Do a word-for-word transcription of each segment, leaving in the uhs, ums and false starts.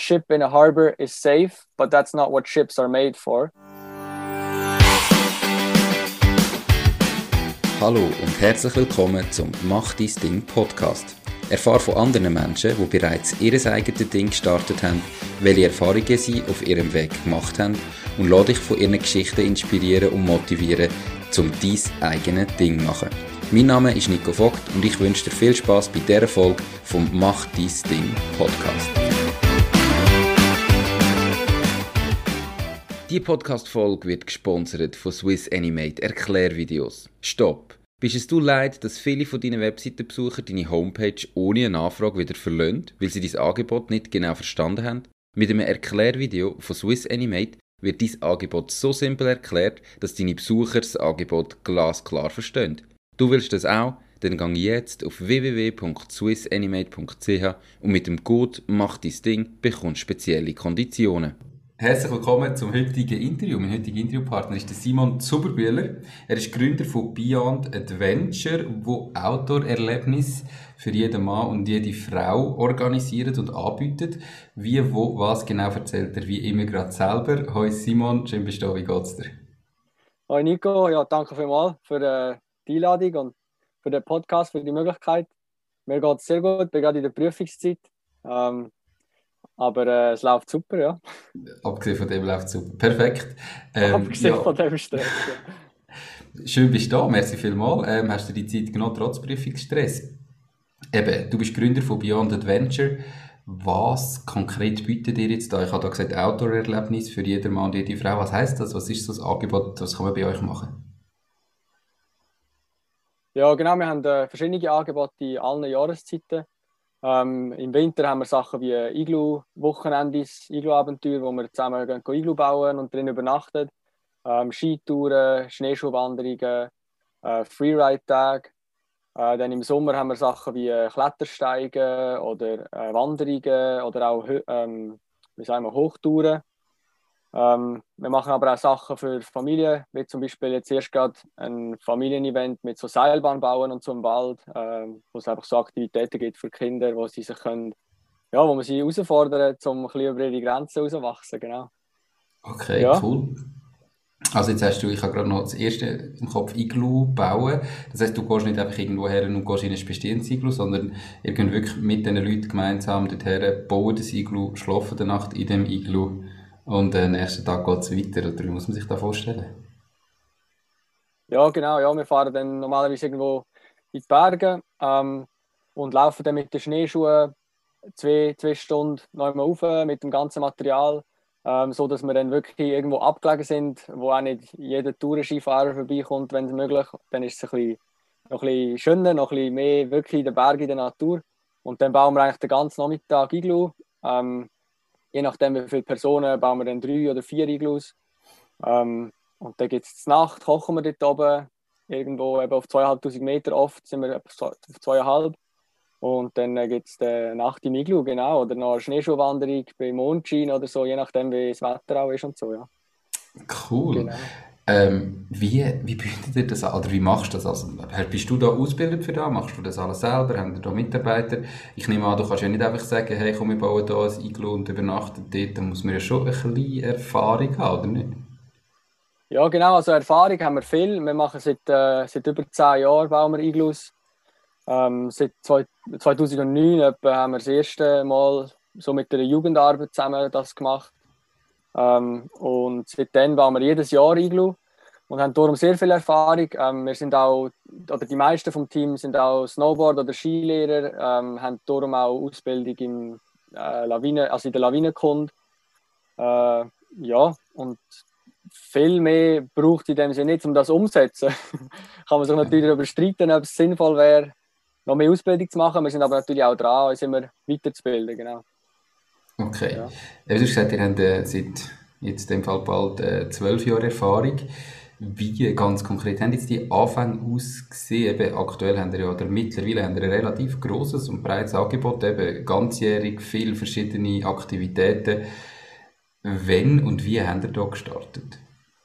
ship in a harbor is safe, but that's not what ships are made for. Hallo und herzlich willkommen zum Mach dein Ding Podcast. Erfahre von anderen Menschen, die bereits ihr eigenes Ding gestartet haben, welche Erfahrungen sie auf ihrem Weg gemacht haben und lass dich von ihren Geschichten inspirieren und motivieren, um dein eigenes Ding zu machen. Mein Name ist Nico Vogt und ich wünsche dir viel Spass bei dieser Folge vom Mach dein Ding Podcast. Die Podcast-Folge wird gesponsert von Swiss Animate Erklärvideos. Stopp! Bist es du leid, dass viele von deinen Webseitenbesucher deine Homepage ohne eine Anfrage wieder verlassen, weil sie dein Angebot nicht genau verstanden haben? Mit einem Erklärvideo von Swiss Animate wird dein Angebot so simpel erklärt, dass deine Besucher das Angebot glasklar verstehen. Du willst das auch? Dann geh jetzt auf w w w punkt swiss animate punkt c h und mit dem Code «Mach dein Ding» bekommst du spezielle Konditionen. Herzlich willkommen zum heutigen Interview. Mein heutiger Interviewpartner ist der Simon Zuberbühler. Er ist Gründer von Beyond Adventure, wo Outdoor-Erlebnis für jeden Mann und jede Frau organisiert und anbietet. Wie, wo, was genau erzählt er wie immer gerade selber. Hoi Simon, schön bist du da, wie geht's dir? Hoi Nico, ja, danke vielmals für äh, die Einladung und für den Podcast, für die Möglichkeit. Mir geht es sehr gut, ich bin gerade in der Prüfungszeit. Ähm, Aber äh, es läuft super, ja. Abgesehen von dem läuft es super. Perfekt. Ähm, Abgesehen ja. von dem Stress, ja. Schön bist du da, merci vielmals. Ähm, hast du die Zeit genommen, trotz Prüfungsstress? Eben, du bist Gründer von Beyond Adventure. Was konkret bietet ihr jetzt da? Ich habe da gesagt, Outdoor-Erlebnis für jeden Mann und jede Frau. Was heisst das? Was ist so das Angebot? Was kann man bei euch machen? Ja, genau. Wir haben äh, verschiedene Angebote in allen Jahreszeiten. Ähm, Im Winter haben wir Sachen wie Iglu-Wochenendis, Iglu-Abenteuer, wo wir zusammen gehen, Iglu bauen und drin übernachten. Ähm, Skitouren, Schneeschuhwanderungen, äh, Freeride-Tage. Äh, dann im Sommer haben wir Sachen wie äh, Klettersteigen oder äh, Wanderungen oder auch ähm, wie sagen wir, Hochtouren. Ähm, wir machen aber auch Sachen für Familien, wie zum Beispiel jetzt erst gerade ein Familienevent mit so Seilbahn bauen und so im Wald, ähm, wo es einfach so Aktivitäten gibt für Kinder, wo sie sich können, ja, wo man sie herausfordern, um ein bisschen über ihre Grenzen herauszuwachsen, genau. Okay, ja. Cool. Also jetzt hast du, ich habe gerade noch das erste im Kopf, Iglu bauen. Das heisst, du gehst nicht einfach irgendwo her und gehst in ein bestehendes Iglu, sondern ihr könnt wirklich mit diesen Leuten gemeinsam dorthin bauen das Iglu, schlafen die Nacht in dem Iglu und am nächsten Tag geht es weiter. Oder wie muss man sich das vorstellen? Ja, genau. Ja, wir fahren dann normalerweise irgendwo in die Berge ähm, und laufen dann mit den Schneeschuhen zwei, zwei Stunden noch einmal rauf mit dem ganzen Material. Ähm, so dass wir dann wirklich irgendwo abgelegen sind, wo auch nicht jeder Tourenskifahrer vorbeikommt, wenn es möglich ist. Dann ist es ein bisschen, noch ein bisschen schöner, noch ein bisschen mehr wirklich in den Bergen, in der Natur. Und dann bauen wir eigentlich den ganzen Nachmittag Iglu. Ähm, je nachdem, wie viele Personen, bauen wir dann drei oder vier Iglus. Ähm, und dann gibt es Nacht, kochen wir dort oben, irgendwo eben auf zweitausendfünfhundert Meter, oft sind wir auf zweieinhalb. Und dann äh, gibt es die Nacht im Iglu, genau, oder noch eine Schneeschuhwanderung bei Mondschein oder so, je nachdem, wie das Wetter auch ist und so, ja. Cool. Genau. Ähm, wie, wie bietet ihr das an, oder wie machst du das? Also, bist du da ausgebildet für das? Machst du das alles selber? Haben ihr da Mitarbeiter? Ich nehme an, du kannst ja nicht einfach sagen, hey, komm, wir bauen da ein Iglu und übernachten dort. Da muss man ja schon ein bisschen Erfahrung haben, oder nicht? Ja, genau, also Erfahrung haben wir viel. Wir machen seit, äh, seit über zehn Jahren bauen wir Iglus. Ähm, seit zweitausendneun etwa haben wir das erste Mal so mit der Jugendarbeit zusammen das gemacht. Ähm, und seitdem bauen wir jedes Jahr Iglu und haben darum sehr viel Erfahrung. Ähm, wir sind auch, oder die meisten vom Team sind auch Snowboard- oder Skilehrer, ähm, haben darum auch Ausbildung im, äh, Lawine, also in der Lawinenkunde. Äh, ja, und viel mehr braucht in dem Sinne nicht, um das umzusetzen. Kann man sich natürlich darüber streiten, ob es sinnvoll wäre, noch mehr Ausbildung zu machen. Wir sind aber natürlich auch dran, uns immer weiterzubilden, genau. Okay. Ja. Du hast gesagt, ihr habt äh, seit jetzt in dem Fall bald äh, zwölf Jahre Erfahrung. Wie ganz konkret haben jetzt die Anfänge ausgesehen? Eben, aktuell haben wir ja, oder mittlerweile haben wir ein relativ grosses und breites Angebot, eben ganzjährig, viele verschiedene Aktivitäten. Wann und wie habt ihr da gestartet?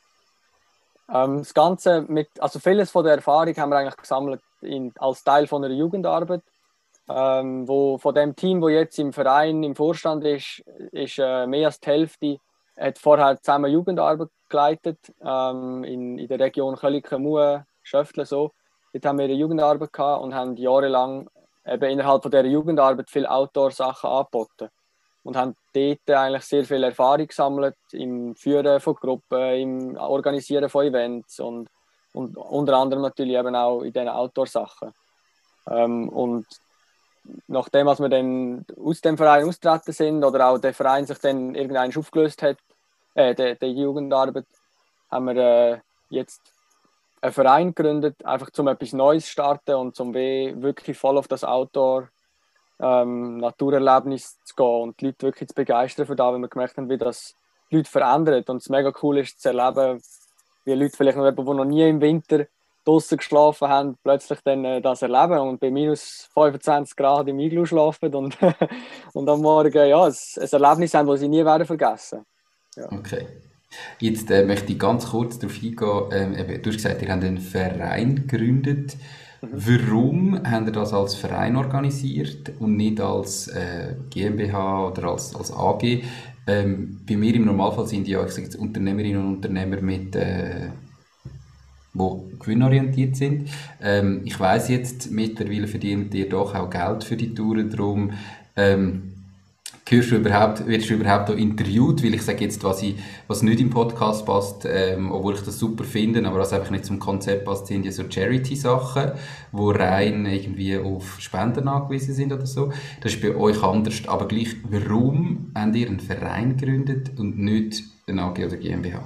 Ähm, das Ganze mit, also vieles von der Erfahrung haben wir eigentlich gesammelt in, als Teil von einer Jugendarbeit. Ähm, wo von dem Team, wo jetzt im Verein im Vorstand ist, ist äh, mehr als die Hälfte hat vorher zusammen Jugendarbeit geleitet ähm, in, in der Region Köliken, Mue, Schöftle so. Dort haben wir eine Jugendarbeit gehabt und haben jahrelang eben innerhalb von dieser Jugendarbeit viele Outdoor-Sachen angeboten und haben dort eigentlich sehr viel Erfahrung gesammelt im Führen von Gruppen, im Organisieren von Events und, und unter anderem natürlich eben auch in diesen Outdoor-Sachen. Ähm, und nachdem als wir dann aus dem Verein austreten sind oder auch der Verein sich dann irgendwann aufgelöst hat, äh, der, der Jugendarbeit, haben wir äh, jetzt einen Verein gegründet, einfach zum etwas Neues zu starten und zum wirklich voll auf das Outdoor ähm, Naturerlebnis zu gehen und die Leute wirklich zu begeistern für das, weil wir gemerkt haben, wie das die Leute verändert und es mega cool ist zu erleben, wie Leute vielleicht noch jemanden, die noch nie im Winter draußen geschlafen haben, plötzlich dann äh, das erleben und bei minus fünfundzwanzig Grad im Iglu schlafen und, und am Morgen ja, ein, ein Erlebnis haben, das sie nie werden vergessen. Ja. Okay. Jetzt äh, möchte ich ganz kurz darauf eingehen. Ähm, eben, du hast gesagt, ihr habt einen Verein gegründet. Mhm. Warum habt ihr das als Verein organisiert und nicht als äh, GmbH oder als, als A G? Ähm, bei mir im Normalfall sind ja, ich sage jetzt, Unternehmerinnen und Unternehmer mit äh, wo gewinnorientiert sind. Ähm, ich weiss jetzt, mittlerweile verdient ihr doch auch Geld für die Touren, darum ähm, Hörst du überhaupt, wirst du überhaupt auch interviewt? Weil ich sage jetzt, was, ich, was nicht im Podcast passt, ähm, obwohl ich das super finde, aber was einfach nicht zum Konzept passt, sind ja so Charity-Sachen, die rein irgendwie auf Spenden angewiesen sind oder so. Das ist bei euch anders. Aber gleich, warum habt ihr einen Verein gegründet und nicht eine A G oder GmbH?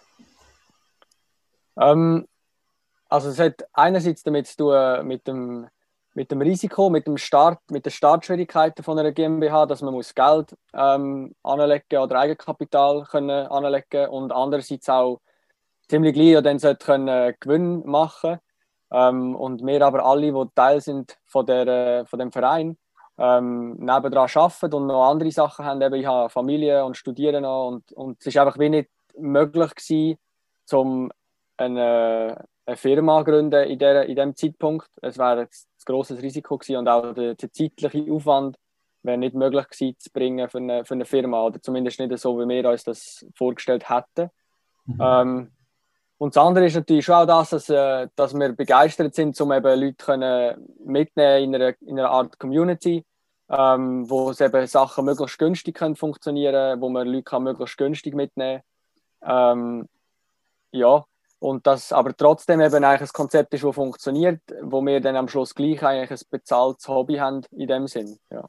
Ähm, also es hat einerseits damit zu tun mit dem mit dem Risiko, mit dem Start, mit den Startschwierigkeiten von einer GmbH, dass man muss Geld ähm, anlegen oder Eigenkapital können anlegen und andererseits auch ziemlich gleich dann sollte können Gewinn machen ähm, und wir aber alle, die Teil sind von, der, von dem Verein, ähm, nebendran arbeiten und noch andere Sachen haben. Eben, ich habe Familie und studiere noch und, und es ist einfach wie nicht möglich gewesen, um eine eine Firma gründen in, der, in diesem Zeitpunkt. Es wäre ein grosses Risiko gewesen und auch der, der zeitliche Aufwand wäre nicht möglich gewesen zu bringen für eine, für eine Firma oder zumindest nicht so, wie wir uns das vorgestellt hätten. Mhm. Ähm, und das andere ist natürlich schon auch das, dass, äh, dass wir begeistert sind, um eben Leute können mitnehmen in einer, in einer Art Community, ähm, wo es eben Sachen möglichst günstig können funktionieren, wo man Leute kann möglichst günstig mitnehmen kann. Ähm, ja, und das aber trotzdem eben eigentlich ein Konzept ist, das funktioniert, wo wir dann am Schluss gleich eigentlich ein bezahltes Hobby haben in dem Sinn. Ja.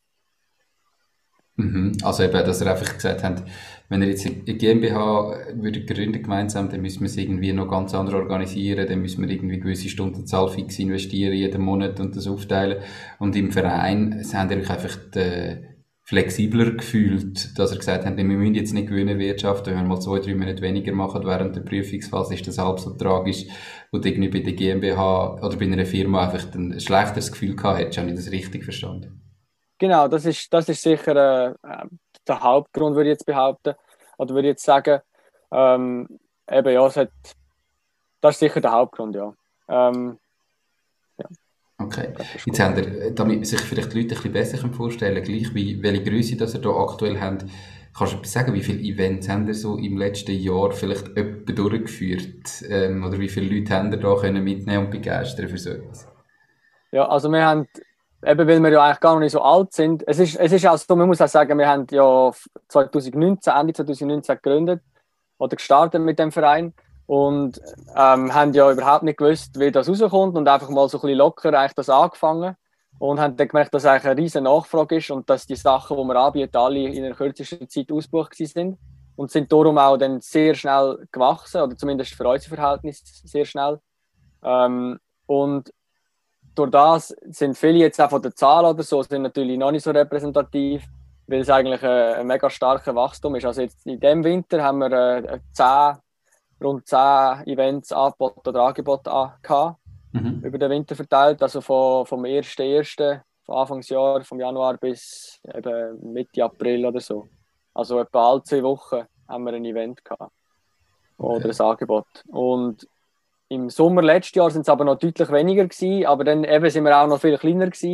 Mhm. Also eben, dass ihr einfach gesagt habt, wenn ihr jetzt eine GmbH würde gründen gemeinsam, dann müssen wir es irgendwie noch ganz anders organisieren, dann müssen wir irgendwie gewisse Stundenzahl fix investieren jeden Monat und das aufteilen. Und im Verein haben ihr euch einfach die, flexibler gefühlt, dass er gesagt hat, wir müssen jetzt nicht Gewinne wirtschaften, wenn wir mal zwei, drei Monate weniger machen während der Prüfungsphase, ist das halb so tragisch, wo du irgendwie bei der GmbH oder bei einer Firma einfach ein schlechteres Gefühl gehabt hättest. Habe ich das richtig verstanden? Genau, das ist, das ist sicher äh, der Hauptgrund, würde ich jetzt behaupten. Oder würde ich jetzt sagen, ähm, eben ja, es hat, das ist sicher der Hauptgrund, ja. Ähm, ja. Okay, jetzt haben wir, damit sich vielleicht die Leute ein bisschen besser vorstellen können, gleich wie, welche Größe das ihr hier aktuell habt, kannst du etwas sagen, wie viele Events haben ihr so im letzten Jahr vielleicht etwa durchgeführt? Ähm, oder wie viele Leute haben ihr da können mitnehmen und begeistern für so etwas? Ja, also wir haben, eben weil wir ja eigentlich gar noch nicht so alt sind, es ist, es ist auch so, man muss auch sagen, wir haben ja zwanzig neunzehn, Ende zwanzig neunzehn gegründet oder gestartet mit dem Verein. Und ähm, haben ja überhaupt nicht gewusst, wie das rauskommt und einfach mal so ein bisschen locker eigentlich das angefangen und haben dann gemerkt, dass es eigentlich eine riesen Nachfrage ist und dass die Sachen, die wir anbieten, alle in einer kürzesten Zeit ausgebucht sind und sind darum auch dann sehr schnell gewachsen oder zumindest für unser Verhältnis sehr schnell. Ähm, und durch das sind viele jetzt auch von der Zahl oder so sind natürlich noch nicht so repräsentativ, weil es eigentlich ein, ein mega starker Wachstum ist. Also jetzt in diesem Winter haben wir äh, zehn rund zehn Events angeboten oder Angebote gehabt, mhm. über den Winter verteilt, also von, vom ersten ersten von Anfangsjahr, vom Januar bis eben Mitte April oder so. Also etwa alle zwei Wochen haben wir ein Event gehabt oder okay. ein Angebot. Und im Sommer letztes Jahr sind es aber noch deutlich weniger gewesen, aber dann eben sind wir auch noch viel kleiner gewesen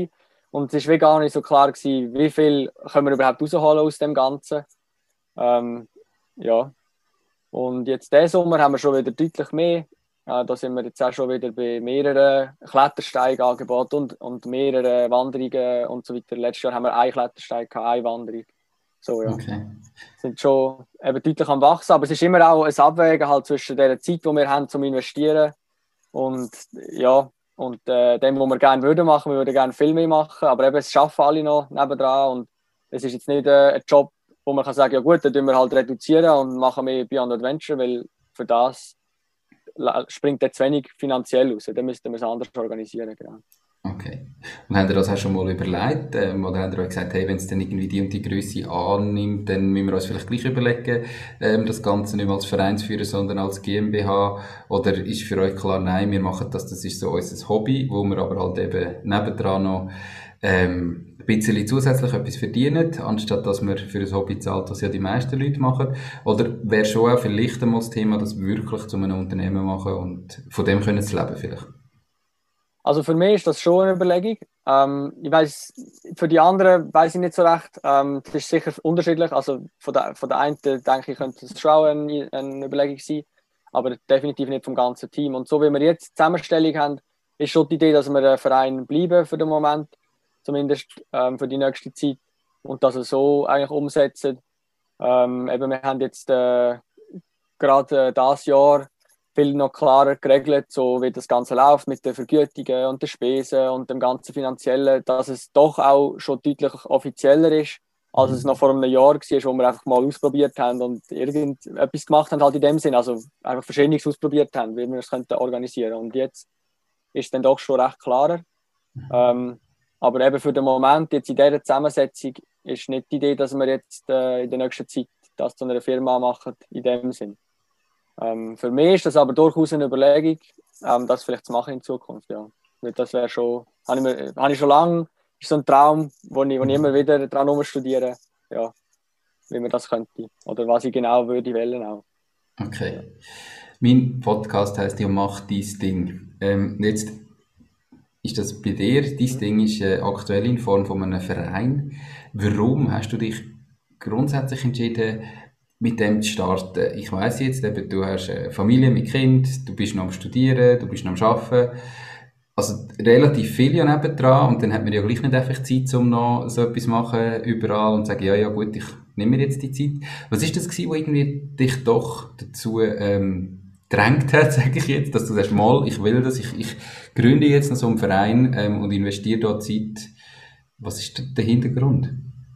Und es war gar nicht so klar gewesen, wie viel können wir überhaupt rausholen aus dem Ganzen. Ähm, ja. Und jetzt diesen Sommer haben wir schon wieder deutlich mehr. Äh, da sind wir jetzt auch schon wieder bei mehreren Klettersteigangeboten und, und mehreren Wanderungen und so weiter. Letztes Jahr haben wir einen Klettersteig, eine Wanderung. So, ja. Okay. Sind schon eben deutlich am Wachsen, aber es ist immer auch ein Abwägen halt zwischen der Zeit, die wir haben zum Investieren und ja, und äh, dem, was wir gerne würden machen. Wir würden gerne viel mehr machen, aber eben, es arbeiten alle noch nebendran und es ist jetzt nicht äh, ein Job, wo man kann sagen, ja gut, dann tun wir halt reduzieren und machen mehr Beyond Adventure, weil für das springt jetzt zu wenig finanziell raus. Dann müssten wir es anders organisieren. Genau. Okay. Und habt ihr das auch schon mal überlegt? Ähm, oder habt ihr euch gesagt, hey, wenn es dann irgendwie die und die Grösse annimmt, dann müssen wir uns vielleicht gleich überlegen, ähm, das Ganze nicht mehr als Vereinsführer, sondern als GmbH? Oder ist für euch klar, nein, wir machen das, das ist so unser Hobby, wo wir aber halt eben nebendran noch ähm, ein bisschen zusätzlich etwas verdienen, anstatt dass wir für ein Hobby zahlt, das ja die meisten Leute machen? Oder wäre schon auch vielleicht einmal das Thema, das wirklich zu einem Unternehmen machen und von dem können sie leben vielleicht? Also für mich ist das schon eine Überlegung. Ähm, ich weiss, für die anderen weiß ich nicht so recht. Ähm, das ist sicher unterschiedlich. Also von der, von der einen denke ich, könnte es schon eine, eine Überlegung sein, aber definitiv nicht vom ganzen Team. Und so wie wir jetzt die Zusammenstellung haben, ist schon die Idee, dass wir ein Verein bleiben für den Moment, zumindest ähm, für die nächste Zeit, und dass wir so eigentlich umsetzen. Ähm, eben, wir haben jetzt äh, gerade äh, dieses Jahr viel noch klarer geregelt, so wie das Ganze läuft mit den Vergütungen und den Spesen und dem ganzen Finanziellen, dass es doch auch schon deutlich offizieller ist, als es noch vor einem Jahr war, wo wir einfach mal ausprobiert haben und irgendetwas gemacht haben halt in dem Sinn, also einfach Verschiedenes ausprobiert haben, wie wir es könnten organisieren. Und jetzt ist es dann doch schon recht klarer. Ähm, aber eben für den Moment, jetzt in dieser Zusammensetzung, ist nicht die Idee, dass wir jetzt äh, in der nächsten Zeit das zu einer Firma machen, in dem Sinn. Ähm, für mich ist das aber durchaus eine Überlegung, ähm, das vielleicht zu machen in Zukunft. Ja. Das wäre schon, habe ich, mir, habe ich schon lange, ist so ein Traum, wo ich, wo ich immer wieder dran umstudiere, ja, wie man das könnte oder was ich genau würde wählen auch. Okay. Mein Podcast heisst ja «Mach dein Ding». Ähm, jetzt ist das bei dir, dein mhm. Ding ist äh, aktuell in Form von einem Verein. Warum hast du dich grundsätzlich entschieden, mit dem zu starten? Ich weiss jetzt, eben, du hast eine Familie mit Kind, du bist noch am Studieren, du bist noch am Arbeiten. Also relativ viel ja nebendran und dann hat man ja gleich nicht einfach Zeit, um noch so etwas zu machen überall und zu sagen, ja, ja gut, ich nehme mir jetzt die Zeit. Was ist das gewesen, was irgendwie dich doch dazu ähm, gedrängt hat, sage ich jetzt, dass du sagst, mal, ich will das, ich, ich gründe jetzt noch so einen Verein ähm, und investiere da Zeit. Was ist der Hintergrund?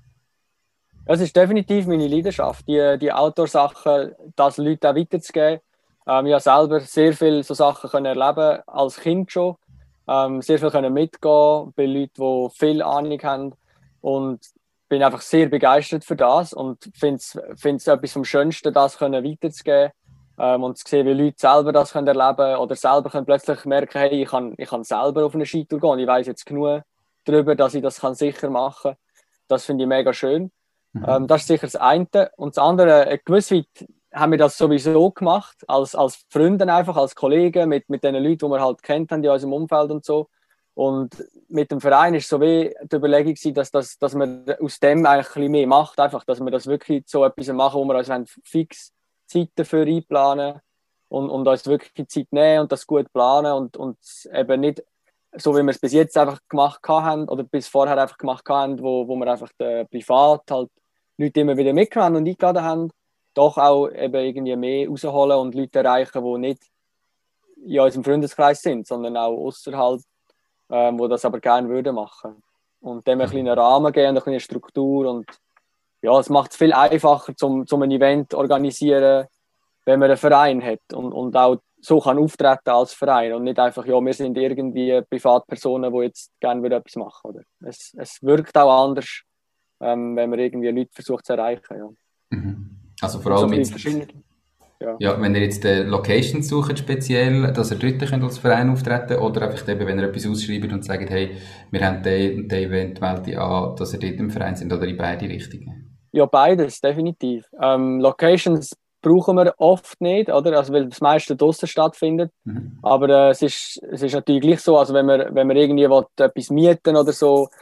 Es ist definitiv meine Leidenschaft, die, die Outdoor-Sachen, das Leuten auch weiterzugeben. Ähm, ich habe selber sehr viele so Sachen können erleben, als Kind schon. Ähm, sehr viel können mitgehen bei Leuten, die viel Ahnung haben. Und bin einfach sehr begeistert für das und finde es etwas vom Schönsten, das können weiterzugeben. Ähm, und zu sehen, wie Leute selber das können erleben oder selber können plötzlich merken, hey, ich kann, ich kann selber auf eine Skitour gehen. Ich weiß jetzt genug darüber, dass ich das kann sicher machen kann. Das finde ich mega schön. Mhm. Ähm, das ist sicher das eine. Und das andere, eine gewisse Zeit haben wir das sowieso gemacht, als, als Freunde einfach, als Kollegen, mit, mit den Leuten, die wir halt kennt haben in unserem Umfeld und so. Und mit dem Verein ist so wie die Überlegung gewesen, dass, dass, dass man aus dem eigentlich ein bisschen mehr macht, einfach, dass wir das wirklich so etwas machen, wo wir uns fix Zeit dafür einplanen und, und uns wirklich Zeit nehmen und das gut planen und, und eben nicht so, wie wir es bis jetzt einfach gemacht haben oder bis vorher einfach gemacht haben, wo, wo wir einfach den privat halt Leute immer wieder mitgenommen und eingeladen haben, doch auch eben irgendwie mehr rausholen und Leute erreichen, die nicht in unserem Freundeskreis sind, sondern auch außerhalb, ähm, die das aber gerne würden machen. Und dem einen kleinen Rahmen geben, eine kleine Struktur und ja, es macht es viel einfacher, zum, zum ein Event zu organisieren, wenn man einen Verein hat und, und auch so kann auftreten als Verein und nicht einfach, ja, wir sind irgendwie Privatpersonen, die jetzt gerne etwas machen. Oder? Es, es wirkt auch anders, ähm, wenn man irgendwie Leute versucht zu erreichen. Ja. Mhm. Also vor allem so jetzt, ja. Ja, wenn ihr jetzt eine Location sucht speziell, dass ihr dort könnt als Verein auftreten oder einfach eben, wenn ihr etwas ausschreibt und sagt, hey, wir haben den, den Event, melde an, dass ihr dort im Verein sind oder in beide Richtungen? Ja, beides, definitiv. Ähm, Locations brauchen wir oft nicht, oder? Also, weil das meiste draussen stattfindet. Mhm. Aber äh, es, ist, es ist natürlich gleich so, also wenn wir, wenn wir irgendwie will, etwas mieten oder so,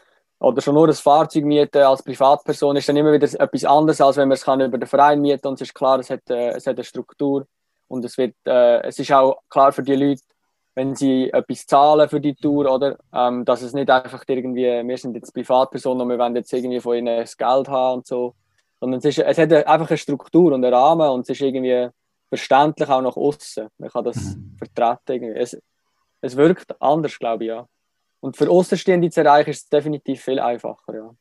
oder schon nur ein Fahrzeug mieten als Privatperson ist dann immer wieder etwas anderes, als wenn man es kann über den Verein mieten und es ist klar, es hat, äh, es hat eine Struktur und es, wird, äh, es ist auch klar für die Leute, wenn sie etwas zahlen für die Tour, oder, ähm, dass es nicht einfach irgendwie, wir sind jetzt Privatpersonen und wir wollen jetzt irgendwie von ihnen das Geld haben und so, sondern es, ist, es hat einfach eine Struktur und einen Rahmen und es ist irgendwie verständlich auch nach außen. Man kann das Mhm. vertreten. Irgendwie. Es, es wirkt anders, glaube ich, ja. Und für Außenstehende zu erreichen ist es definitiv viel einfacher, ja.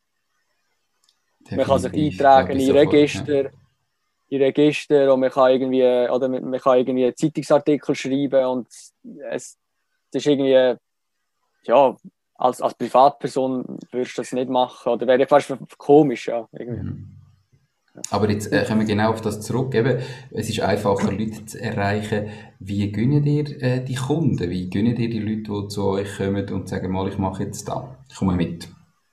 Man kann sich Definitiv, eintragen glaube ich in sofort. Ja. Register, in Register und man kann irgendwie, oder man kann irgendwie Zeitungsartikel schreiben und es, es ist irgendwie, ja, als, als Privatperson würdest du das nicht machen oder wäre fast komisch, ja, irgendwie. Mhm. Aber jetzt äh, kommen wir genau auf das zurück. Eben, es ist einfacher, Leute zu erreichen. Wie gönnt ihr äh, die Kunden? Wie gönnt ihr die Leute, die zu euch kommen und sagen, mal, ich mache jetzt da, ich komme mit?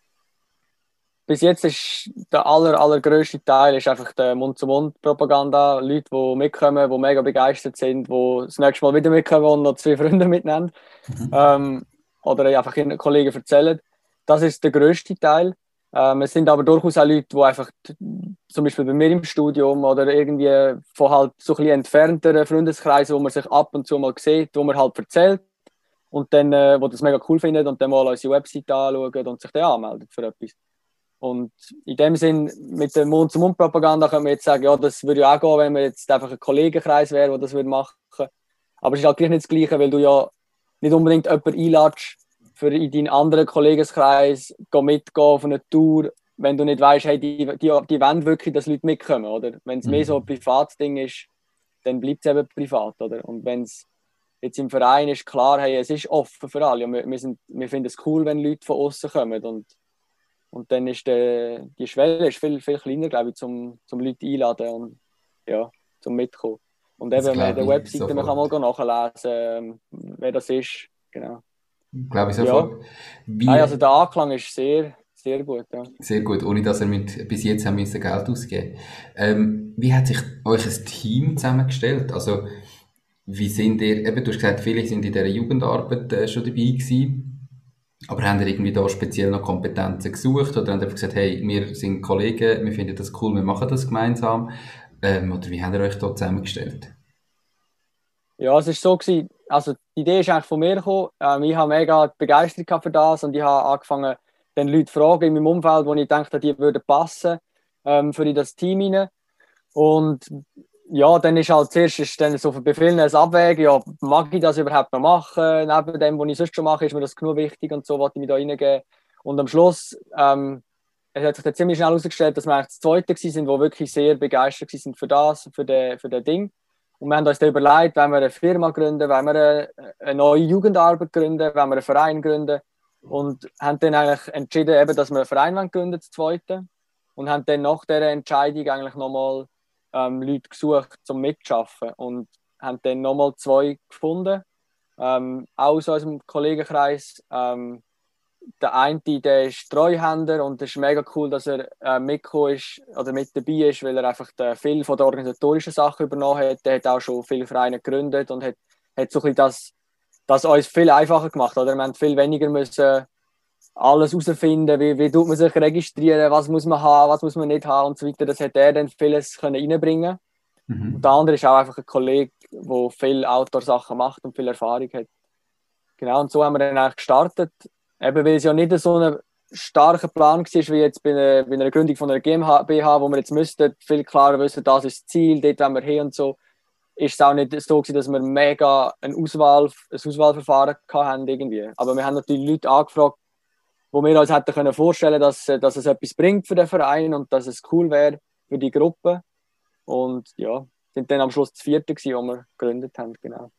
Bis jetzt ist der aller, allergrößte Teil ist einfach die Mund-zu-Mund-Propaganda. Leute, die mitkommen, die mega begeistert sind, die das nächste Mal wieder mitkommen und noch zwei Freunde mitnehmen. Mhm. Ähm, oder einfach ihren Kollegen erzählen. Das ist der grösste Teil. Ähm, es sind aber durchaus auch Leute, die einfach, zum Beispiel bei mir im Studium oder irgendwie von halt so ein bisschen entfernteren Freundeskreisen, wo man sich ab und zu mal sieht, wo man halt erzählt und dann, äh, wo das mega cool findet und dann mal unsere Webseite anschauen und sich dann anmeldet für etwas. Und in dem Sinn, mit der Mund-zu-Mund-Propaganda können wir jetzt sagen, ja, das würde ja auch gehen, wenn man jetzt einfach ein Kollegenkreis wäre, der das würde machen. Aber es ist halt gleich nicht das Gleiche, weil du ja nicht unbedingt jemanden einladest, für in deinen anderen Kollegenkreis mitgehen auf eine Tour, wenn du nicht weißt, hey, die, die, die wollen wirklich, dass Leute mitkommen, oder? Wenn es Mhm. mehr so ein Privatding ist, dann bleibt es eben privat, oder? Und wenn es jetzt im Verein ist, klar, hey, es ist offen für alle. Wir, wir, sind, wir finden es cool, wenn Leute von außen kommen und Und dann ist die, die Schwelle ist viel, viel kleiner, glaube ich, zum, zum Leute einladen und ja, zum Mitkommen. Und Das eben, man hat glaube eine ich Webseite, man kann mal sofort. nachlesen, ähm, wer das ist. Genau. Glaube ich Ja, sofort. nein, also Wie, der Anklang ist sehr, sehr gut. Ja. sehr gut, ohne dass ihr mit, bis jetzt haben müssen Geld ausgeben. Ähm, wie hat sich euch ein Team zusammengestellt? Also, wie sind ihr, eben, du hast gesagt, viele sind in dieser Jugendarbeit äh, schon dabei gewesen. Aber haben ihr irgendwie da speziell noch Kompetenzen gesucht oder haben ihr einfach gesagt, hey, wir sind Kollegen, wir finden das cool, wir machen das gemeinsam? Ähm, oder wie habt ihr euch da zusammengestellt? Ja, es war so gewesen, also die Idee ist eigentlich von mir gekommen. Ähm, ich habe mega Begeisterung gehabt für das und ich habe angefangen, den Leuten zu fragen in meinem Umfeld, wo ich dachte, die würden passen ähm, für in das Team rein. Und ja, dann ist halt zuerst ist dann so bei vielen ein Abwägen, ja, mag ich das überhaupt noch machen? Neben dem, was ich sonst schon mache, ist mir das genug wichtig und so, was ich mir da reingeben. Und am Schluss, ähm, es hat sich dann ziemlich schnell herausgestellt, dass wir eigentlich das Zweite waren, die wirklich sehr begeistert waren für das, für das für den Ding. Und wir haben uns dann überlegt, wenn wir eine Firma gründen, wenn wir eine, eine neue Jugendarbeit gründen, wenn wir einen Verein gründen. Und haben dann eigentlich entschieden, eben, dass wir einen Verein gründen, das Zweite. Und haben dann nach dieser Entscheidung eigentlich nochmal ähm, Leute gesucht, zum Mitschaffen. Und haben dann nochmal zwei gefunden, ähm, auch aus unserem Kollegenkreis. Ähm, der eine, der ist Treuhänder und es ist mega cool, dass er äh, mitgekommen ist oder mit dabei ist, weil er einfach den, viel von der organisatorischen Sachen übernommen hat. Der hat auch schon viele Vereine gegründet und hat, hat so ein bisschen das, das uns viel einfacher gemacht. Oder? Wir haben viel weniger müssen alles herausfinden, wie, wie tut man sich registrieren, was muss man haben, was muss man nicht haben und so weiter. Das hat er dann vieles können reinbringen. Mhm. Und der andere ist auch einfach ein Kollege, der viel Outdoor-Sachen macht und viel Erfahrung hat. Genau, und so haben wir dann eigentlich gestartet. Eben, weil es ja nicht so ein starker Plan war, wie jetzt bei einer, bei einer Gründung von einer GmbH, wo wir jetzt müssten viel klarer wissen, das ist das Ziel, dort wollen wir hin und so, ist es auch nicht so gewesen, dass wir mega eine Auswahl, ein Auswahlverfahren hatten irgendwie. Aber wir haben natürlich Leute angefragt, wo wir uns hätten können vorstellen, dass, dass es etwas bringt für den Verein und dass es cool wäre für die Gruppe. Und ja, sind dann am Schluss das vierte gewesen, wo wir gegründet haben, genau.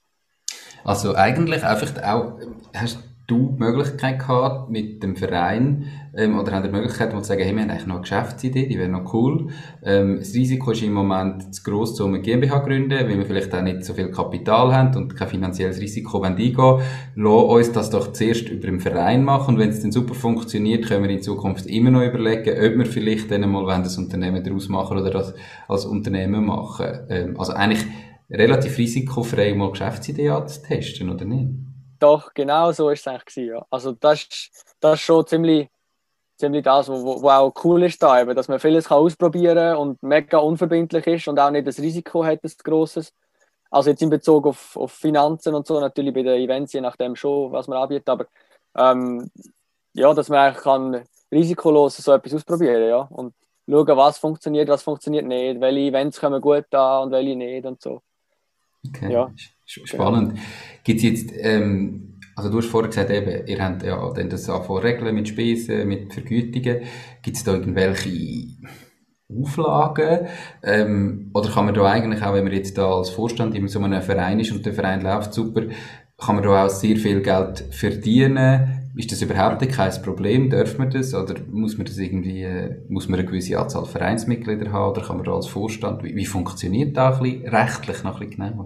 Also eigentlich einfach auch, hast du die Möglichkeit gehabt mit dem Verein, ähm, oder habt ihr die Möglichkeit, mal zu sagen, hey, wir haben eigentlich noch eine Geschäftsidee, die wäre noch cool. Ähm, das Risiko ist im Moment zu gross, um eine GmbH zu gründen, weil wir vielleicht auch nicht so viel Kapital haben und kein finanzielles Risiko eingehen wollen. Lass uns das doch zuerst über den Verein machen und wenn es dann super funktioniert, können wir in Zukunft immer noch überlegen, ob wir vielleicht dann mal das Unternehmen daraus machen oder das als Unternehmen machen. Ähm, also eigentlich relativ risikofrei mal Geschäftsidee anzutesten, oder nicht? Doch, genau so war es eigentlich gewesen, ja. Also das ist, das ist schon ziemlich, ziemlich das, was wo, wo auch cool ist da, eben, dass man vieles kann ausprobieren und mega unverbindlich ist und auch nicht das Risiko hat, ein grosses. Also jetzt in Bezug auf, auf Finanzen und so, natürlich bei den Events, je nachdem schon, was man anbietet, aber ähm, ja, dass man eigentlich kann risikolos so etwas ausprobieren, ja, und schauen, was funktioniert, was funktioniert nicht, welche Events kommen gut an und welche nicht und so. Okay, Ja, spannend. Genau. Gibt es jetzt, ähm, also du hast vorher gesagt, eben, ihr habt ja dann das angefangen regeln mit Spesen, mit Vergütungen. Gibt es da irgendwelche Auflagen? Ähm, oder kann man da eigentlich auch, wenn man jetzt da als Vorstand in so einem Verein ist und der Verein läuft super, kann man da auch sehr viel Geld verdienen? Ist das überhaupt kein Problem? Darf man das? Oder muss man das irgendwie, muss man eine gewisse Anzahl Vereinsmitglieder haben? Oder kann man da als Vorstand, wie, wie funktioniert das ein bisschen rechtlich noch ein bisschen genauer?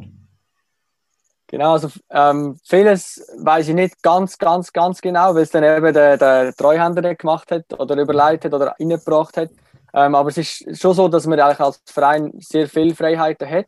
Genau, also ähm, vieles weiß ich nicht ganz, ganz, ganz genau, weil es dann eben der, der Treuhänder gemacht hat oder überlegt hat oder reingebracht hat. Ähm, aber es ist schon so, dass man eigentlich als Verein sehr viele Freiheiten hat.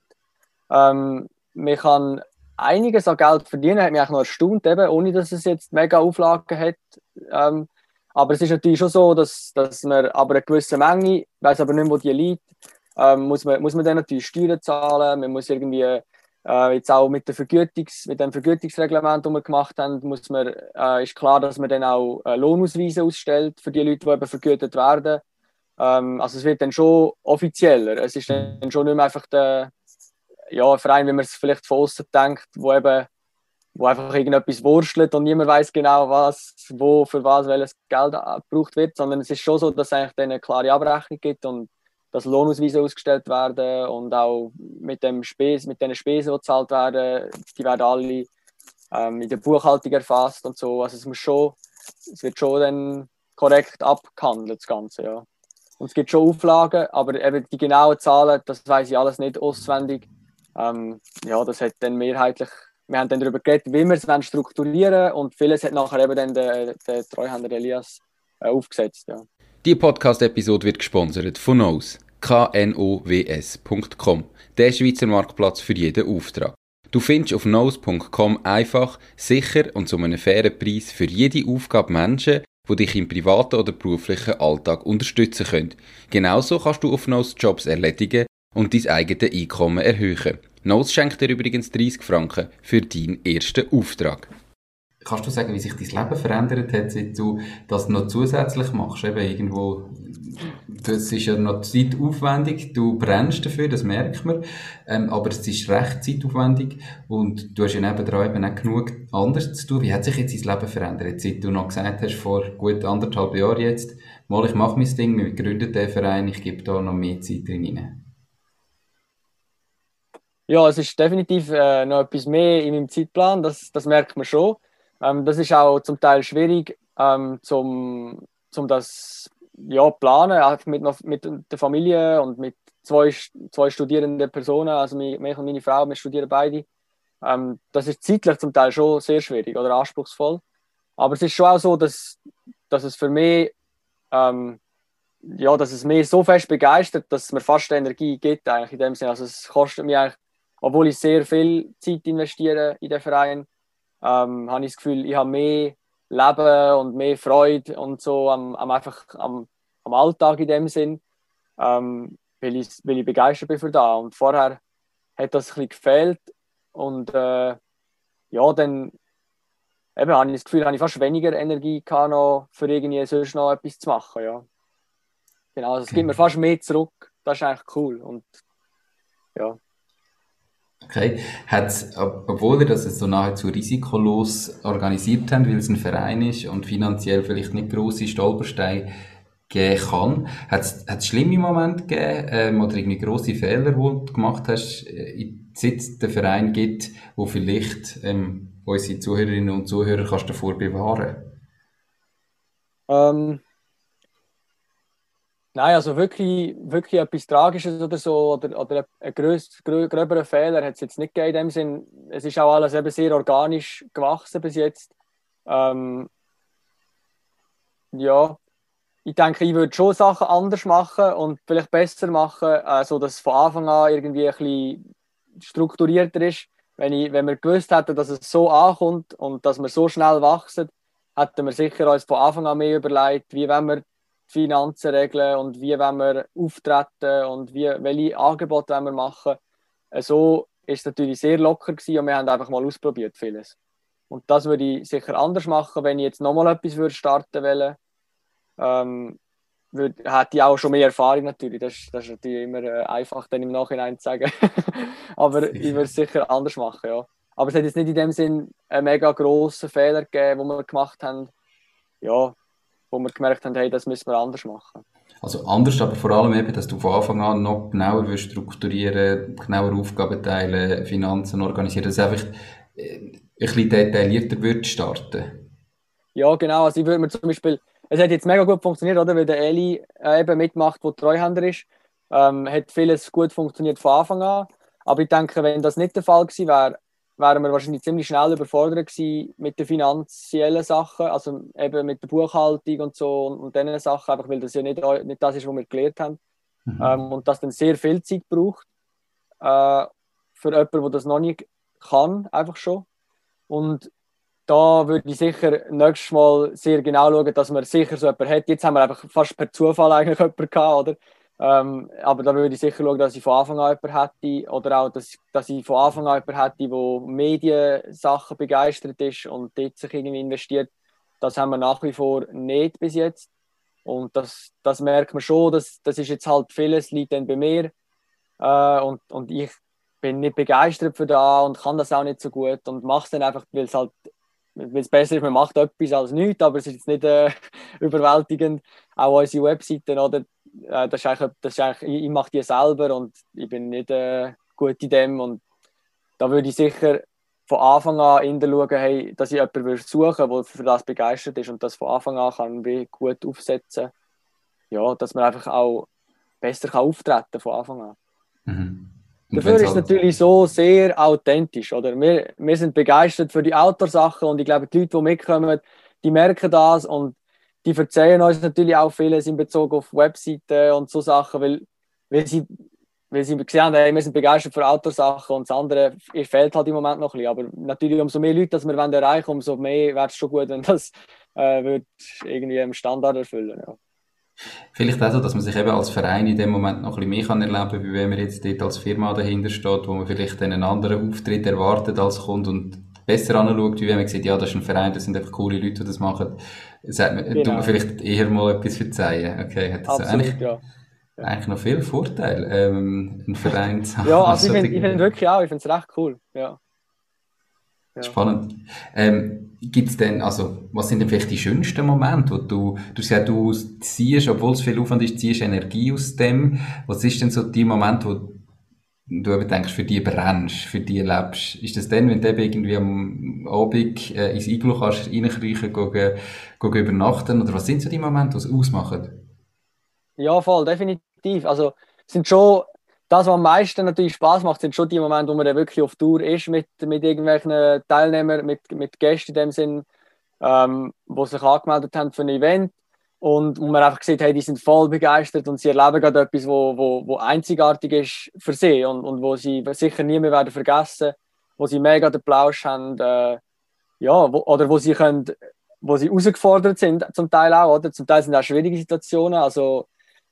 Ähm, man kann einiges an Geld verdienen, hat mich eigentlich noch erstaunt, eben, ohne dass es jetzt mega Auflagen hat. Ähm, aber es ist natürlich schon so, dass, dass man aber eine gewisse Menge, ich weiss aber nicht, wo die liegt, ähm, muss, man, muss man dann natürlich Steuern zahlen, man muss irgendwie äh, jetzt auch mit, der Vergütungs-, mit dem Vergütungsreglement, das wir gemacht haben, muss man, äh, ist klar, dass man dann auch äh, Lohnausweise ausstellt für die Leute, die eben vergütet werden. Ähm, also es wird dann schon offizieller. Es ist dann schon nicht mehr einfach der ja, ein Verein, wie man es vielleicht von außen denkt, wo eben wo einfach irgendetwas wurstelt und niemand weiß genau, was, wo, für was, welches Geld gebraucht wird, sondern es ist schon so, dass es eigentlich eine klare Abrechnung gibt und dass Lohnausweise ausgestellt werden und auch mit, dem Spes, mit den Spesen, die gezahlt werden, die werden alle ähm, in der Buchhaltung erfasst und so. Also es muss schon, es wird schon dann korrekt abgehandelt, das Ganze, ja. Und es gibt schon Auflagen, aber eben die genauen Zahlen, das weiß ich alles nicht auswendig. Ähm, ja, das hat dann mehrheitlich, wir haben dann darüber geredet, wie wir es strukturieren wollen und vieles hat nachher eben dann der, der Treuhänder Elias äh, aufgesetzt, ja. Die Podcast-Episode wird gesponsert von Knows, k n o w s punkt com, der Schweizer Marktplatz für jeden Auftrag. Du findest auf knows punkt com einfach, sicher und zu einem fairen Preis für jede Aufgabe Menschen, die dich im privaten oder beruflichen Alltag unterstützen können. Genauso kannst du auf Knows Jobs erledigen und dein eigenes Einkommen erhöhen. Knows schenkt dir übrigens dreißig Franken für deinen ersten Auftrag. Kannst du sagen, wie sich dein Leben verändert hat, seit du das noch zusätzlich machst? Eben irgendwo, das ist ja noch zeitaufwendig, du brennst dafür, das merkt man, ähm, aber es ist recht zeitaufwendig und du hast ja nebenan eben auch genug anderes zu tun. Wie hat sich jetzt dein Leben verändert, seit du noch gesagt hast, vor gut anderthalb Jahren jetzt, mal, ich mache mein Ding, wir gründen den Verein, ich gebe da noch mehr Zeit drin rein? Ja, es ist definitiv äh, noch etwas mehr in meinem Zeitplan, das, das merkt man schon. Ähm, das ist auch zum Teil schwierig, ähm, zum, zum das ja, planen, auch mit, mit der Familie und mit zwei, zwei studierenden Personen, also mich, mich und meine Frau, wir studieren beide. Ähm, das ist zeitlich zum Teil schon sehr schwierig oder anspruchsvoll. Aber es ist schon auch so, dass, dass es für mich ähm, ja, dass es mich so fest begeistert, dass es mir fast Energie gibt eigentlich in dem Sinne. Also es kostet mich eigentlich, obwohl ich sehr viel Zeit investiere in den Verein, ähm, habe ich das Gefühl, ich habe mehr Leben und mehr Freude und so am, am einfach am, am Alltag in dem Sinn, ähm, weil, ich, weil ich begeistert bin für das. Und vorher hat das ein bisschen gefehlt und äh, ja, dann eben, habe ich das Gefühl, habe ich fast weniger Energie gehabt, noch für irgendwie sonst noch etwas zu machen, ja. Genau, also es gibt mir fast mehr zurück, das ist eigentlich cool und ja. Okay. Hat's, ob- obwohl ihr das so nahezu risikolos organisiert habt, weil es ein Verein ist und finanziell vielleicht nicht grosse Stolpersteine geben kann, hat es schlimme Momente gegeben ähm, oder irgendwie grosse Fehler, die du gemacht hast, äh, seit es den Verein gibt, wo vielleicht ähm, unsere Zuhörerinnen und Zuhörer kannst du davor bewahren? Ähm, Nein, also wirklich, wirklich etwas Tragisches oder so oder, oder ein grös, grö, gröberen Fehler hat es jetzt nicht gegeben in dem Sinn. Es ist auch alles eben sehr organisch gewachsen bis jetzt. Ähm, ja, ich denke, ich würde schon Sachen anders machen und vielleicht besser machen, äh, so dass es von Anfang an irgendwie ein bisschen strukturierter ist. Wenn, ich, wenn wir gewusst hätten, dass es so ankommt und dass wir so schnell wachsen, hätten wir sicher uns von Anfang an mehr überlegt, wie wenn wir Finanzen regeln und wie wollen wir auftreten und wie, welche Angebote wollen wir machen. So ist es natürlich sehr locker gewesen und wir haben einfach mal ausprobiert vieles. Und das würde ich sicher anders machen, wenn ich jetzt nochmal etwas würde starten wollte. Ähm, würde, hätte ich auch schon mehr Erfahrung natürlich. Das, das ist natürlich immer äh, einfach, dann im Nachhinein zu sagen. Aber sicher. Ich würde es sicher anders machen, ja. Aber es hat jetzt nicht in dem Sinn einen mega grossen Fehler gegeben, den wir gemacht haben, ja, wo wir gemerkt haben, hey, das müssen wir anders machen. Also anders, aber vor allem eben, dass du von Anfang an noch genauer willst strukturieren, genauer Aufgaben teilen, Finanzen organisieren, dass du einfach ein bisschen detaillierter würdest starten. Ja, genau. Also ich würde mir zum Beispiel, es hat jetzt mega gut funktioniert, oder? Weil der Eli äh, eben mitmacht, der Treuhänder ist. Ähm, hat vieles gut funktioniert von Anfang an. Aber ich denke, wenn das nicht der Fall gewesen wäre, wären wir wahrscheinlich ziemlich schnell überfordert gewesen mit den finanziellen Sachen, also eben mit der Buchhaltung und so und, und diesen Sachen, einfach weil das ja nicht, nicht das ist, was wir gelernt haben. Mhm. Ähm, und das dann sehr viel Zeit braucht äh, für jemanden, der das noch nicht kann, einfach schon. Und da würde ich sicher nächstes Mal sehr genau schauen, dass man sicher so jemanden hat. Jetzt haben wir einfach fast per Zufall eigentlich jemanden gehabt, oder? Ähm, aber da würde ich sicher schauen, dass ich von Anfang an jemanden hätte oder auch, dass, dass ich von Anfang an jemanden hätte, der Mediensachen begeistert ist und dort sich irgendwie investiert. Das haben wir nach wie vor nicht bis jetzt. Und das, das merkt man schon, dass, das ist jetzt halt vieles, liegt dann bei mir. Äh, und, und ich bin nicht begeistert für das und kann das auch nicht so gut und mache es dann einfach, weil es halt weil es besser ist, man macht etwas als nichts, aber es ist jetzt nicht äh, überwältigend. Auch unsere Webseiten, oder? Äh, das ist eigentlich, das ist eigentlich, ich mache die selber und ich bin nicht äh, gut in dem. Und da würde ich sicher von Anfang an in der schauen, hey, dass ich jemanden suchen würde, der für das begeistert ist und das von Anfang an kann wie gut aufsetzen. Ja, dass man einfach auch besser kann auftreten von Anfang an. Mhm. Dafür ist es halt natürlich so sehr authentisch. Oder? Wir, wir sind begeistert für die Outdoor-Sachen und ich glaube, die Leute, die mitkommen, die merken das und die erzählen uns natürlich auch vieles in Bezug auf Webseiten und so Sachen, weil, weil, sie, weil sie gesehen haben, hey, wir sind begeistert für Outdoor-Sachen und das andere fehlt halt im Moment noch ein bisschen. Aber natürlich, umso mehr Leute, dass wir erreichen wollen, umso mehr wäre es schon gut, wenn das äh, wird irgendwie im Standard erfüllen. Ja. Vielleicht auch so, dass man sich eben als Verein in dem Moment noch ein bisschen mehr kann erleben kann, wie wenn man jetzt dort als Firma dahinter steht, wo man vielleicht einen anderen Auftritt erwartet als Kunde und besser anschaut, wie wenn man sieht, ja, das ist ein Verein, das sind einfach coole Leute, die das machen. Sagt man, genau. Tut man vielleicht eher mal etwas verzeihen. Okay, hat das Absolut, eigentlich, ja. Ja. eigentlich noch viel Vorteil, ähm, einen Verein zu haben. Ja, also ich finde find wirklich auch, ich finde es recht cool, ja. Ja. Spannend. Ähm, gibt's denn, also, was sind denn vielleicht die schönsten Momente, wo du, du sagst, du ziehst, obwohl es viel Aufwand ist, ziehst Energie aus dem. Was ist denn so die Momente, wo du eben denkst, für die brennst, für die lebst? Ist das dann, wenn du eben irgendwie am Abend äh, ins Iglu kannst, reinkriechen, gehen, gehen übernachten? Oder was sind so die Momente, die es ausmachen? Ja, voll, definitiv. Also, es sind schon, das, was am meisten natürlich Spaß macht, sind schon die Momente, wo man dann wirklich auf Tour ist mit, mit irgendwelchen Teilnehmern, mit, mit Gästen in dem Sinn, ähm, die sich angemeldet haben für ein Event und wo man einfach sieht, hey, die sind voll begeistert und sie erleben gerade etwas, wo, wo, wo einzigartig ist für sie und, und wo sie sicher nie mehr werden vergessen, wo sie mega den Plausch haben, äh, ja, wo, oder wo sie können, wo sie herausgefordert sind, zum Teil auch, oder? Zum Teil sind auch schwierige Situationen, also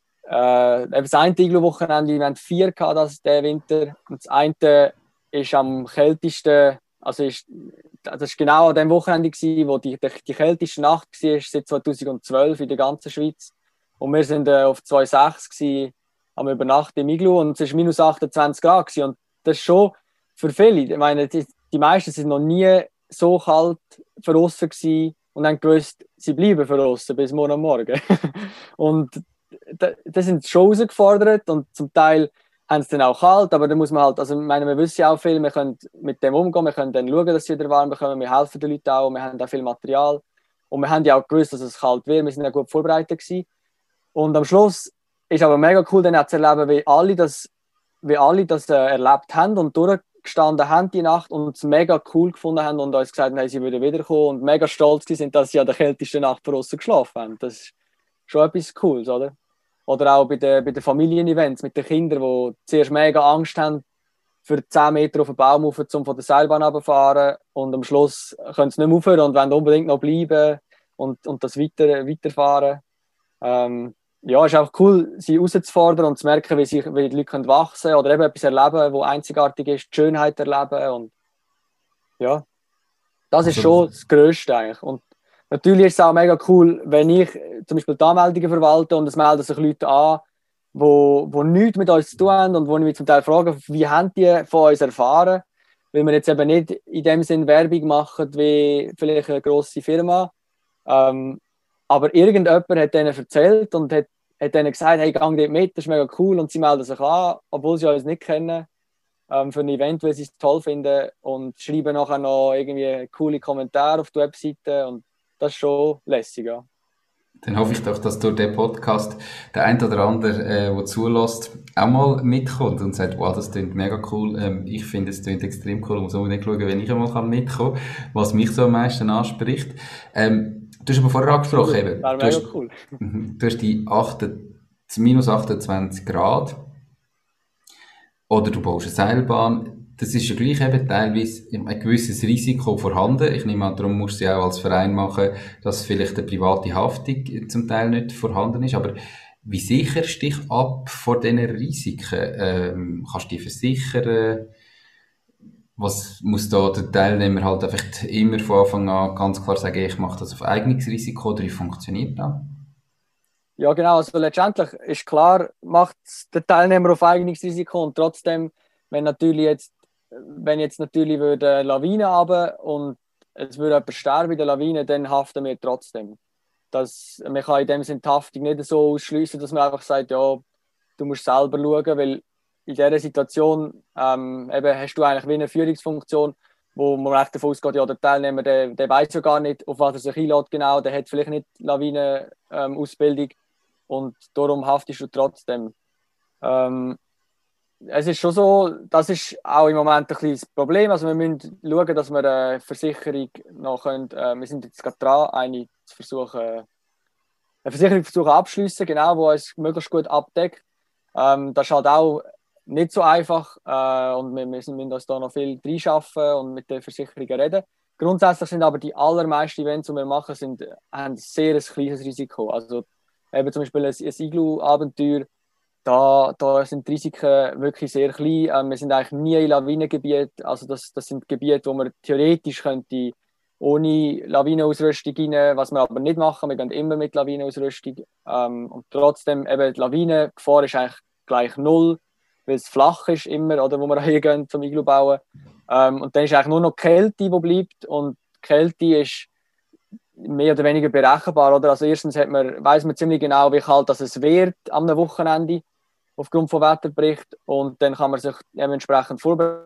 Äh, das eine Iglu-Wochenende, wir hatten vier gehabt, das, den Winter. Und das eine ist am kältesten, also ist, das war genau an dem Wochenende, gewesen, wo die, die, die kälteste Nacht war, seit zweitausendzwölf in der ganzen Schweiz. Und wir waren äh, auf zwei Komma sechs gewesen, am Übernachten im Iglu und es war minus achtundzwanzig Grad gewesen. Und das ist schon für viele, ich meine, die, die meisten sind noch nie so kalt für aussen gewesen und haben gewusst, sie bleiben für aussen bis morgen Morgen. Und das sind schon herausgefordert und zum Teil haben es dann auch kalt, aber da muss man halt, also ich meine, wir wissen ja auch viel, wir können mit dem umgehen, wir können dann schauen, dass sie wieder warm bekommen, wir helfen den Leuten auch, wir haben auch viel Material und wir haben ja auch gewusst, dass es kalt wird, wir sind ja gut vorbereitet gewesen. Und am Schluss ist aber mega cool, dann auch zu erleben, wie alle das, wie alle das äh, erlebt haben und durchgestanden haben die Nacht und es mega cool gefunden haben und uns gesagt haben, hey, sie würden wiederkommen und mega stolz sind, dass sie an der kältesten Nacht draussen geschlafen haben. Das ist schon etwas Cooles, oder? Oder auch bei den, bei den Familienevents mit den Kindern, die zuerst mega Angst haben, für zehn Meter auf den Baum rauf, um von der Seilbahn runterzufahren. Und am Schluss können sie nicht mehr aufhören und wollen unbedingt noch bleiben und, und das weiter, weiterfahren. Ähm, ja, es ist auch cool, sie herauszufordern und zu merken, wie, sie, wie die Leute können wachsen können oder eben etwas erleben, was einzigartig ist, die Schönheit erleben. Und ja, das ist Also, schon das Grösste eigentlich. Und natürlich ist es auch mega cool, wenn ich zum Beispiel die Anmeldungen verwalte und es melden sich Leute an, die wo, wo nichts mit uns zu tun haben und wo ich mich zum Teil frage, wie haben die von uns erfahren? Weil wir jetzt eben nicht in dem Sinn Werbung machen wie vielleicht eine grosse Firma. Ähm, aber irgendjemand hat denen erzählt und hat, hat denen gesagt, hey, gang dort mit, das ist mega cool. Und sie melden sich an, obwohl sie uns nicht kennen, ähm, für ein Event, weil sie es toll finden und schreiben nachher noch irgendwie coole Kommentare auf die Webseite. Und das ist schon lässig, ja. Dann hoffe ich doch, dass durch den Podcast der ein oder andere, äh, der zulässt, auch mal mitkommt und sagt, wow, das klingt mega cool. Ähm, ich finde, es klingt extrem cool. Ich muss unbedingt schauen, wenn ich einmal mitkommen kann, was mich so am meisten anspricht. Ähm, du hast aber vorher angesprochen, eben, das du, hast, cool. du hast die acht, minus achtundzwanzig Grad oder du baust eine Seilbahn. Das ist ja gleich eben teilweise ein gewisses Risiko vorhanden. Ich nehme an, darum musst du sie auch als Verein machen, dass vielleicht eine private Haftung zum Teil nicht vorhanden ist. Aber wie sicherst du dich ab vor diesen Risiken? Ähm, kannst du die versichern? Was muss da der Teilnehmer halt einfach immer von Anfang an ganz klar sagen, ich mache das auf eigenes Risiko oder wie funktioniert das? Ja, genau. Also letztendlich ist klar, macht der Teilnehmer auf eigenes Risiko und trotzdem, wenn natürlich jetzt wenn jetzt natürlich würde eine Lawine runter und es würde jemand sterben in der Lawine, dann haften wir trotzdem. Das, man kann in dem Sinne die Haftung nicht so ausschliessen, dass man einfach sagt, ja, du musst selber schauen, weil in dieser Situation ähm, eben hast du eigentlich wie eine Führungsfunktion, wo man echt davon ausgeht, ja, der Teilnehmer, der, der weiß ja gar nicht, auf was er sich einlädt genau, der hat vielleicht nicht Lawinen-Ausbildung ähm, und darum haftest du trotzdem. Ähm, Es ist schon so, das ist auch im Moment ein kleines Problem. Also wir müssen schauen, dass wir eine Versicherung noch können. Äh, wir sind jetzt gerade dran, eine zu versuchen, eine Versicherung versuchen abschließen, genau, die uns möglichst gut abdeckt. Ähm, das ist halt auch nicht so einfach äh, und wir müssen, müssen uns da noch viel reinschaffen und mit den Versicherungen reden. Grundsätzlich sind aber die allermeisten Events, die wir machen, sind, haben ein sehr kleines Risiko. Also eben zum Beispiel ein, ein Iglu-Abenteuer. Da, da sind die Risiken wirklich sehr klein. Ähm, wir sind eigentlich nie in Lawinengebieten. Also das, das sind Gebiete, wo man theoretisch könnte ohne Lawinenausrüstung rein, was wir aber nicht machen. Wir gehen immer mit Lawinenausrüstung. Ähm, und trotzdem, eben die Lawinengefahr ist eigentlich gleich null, weil es flach ist immer, oder, wo wir hingehen zum Iglu bauen. Ähm, und dann ist eigentlich nur noch die Kälte, die bleibt. Und die Kälte ist mehr oder weniger berechenbar. Oder? Also erstens hat man, weiss man ziemlich genau, wie kalt das es wird am Wochenende aufgrund von Wetterbericht und dann kann man sich entsprechend vorbereiten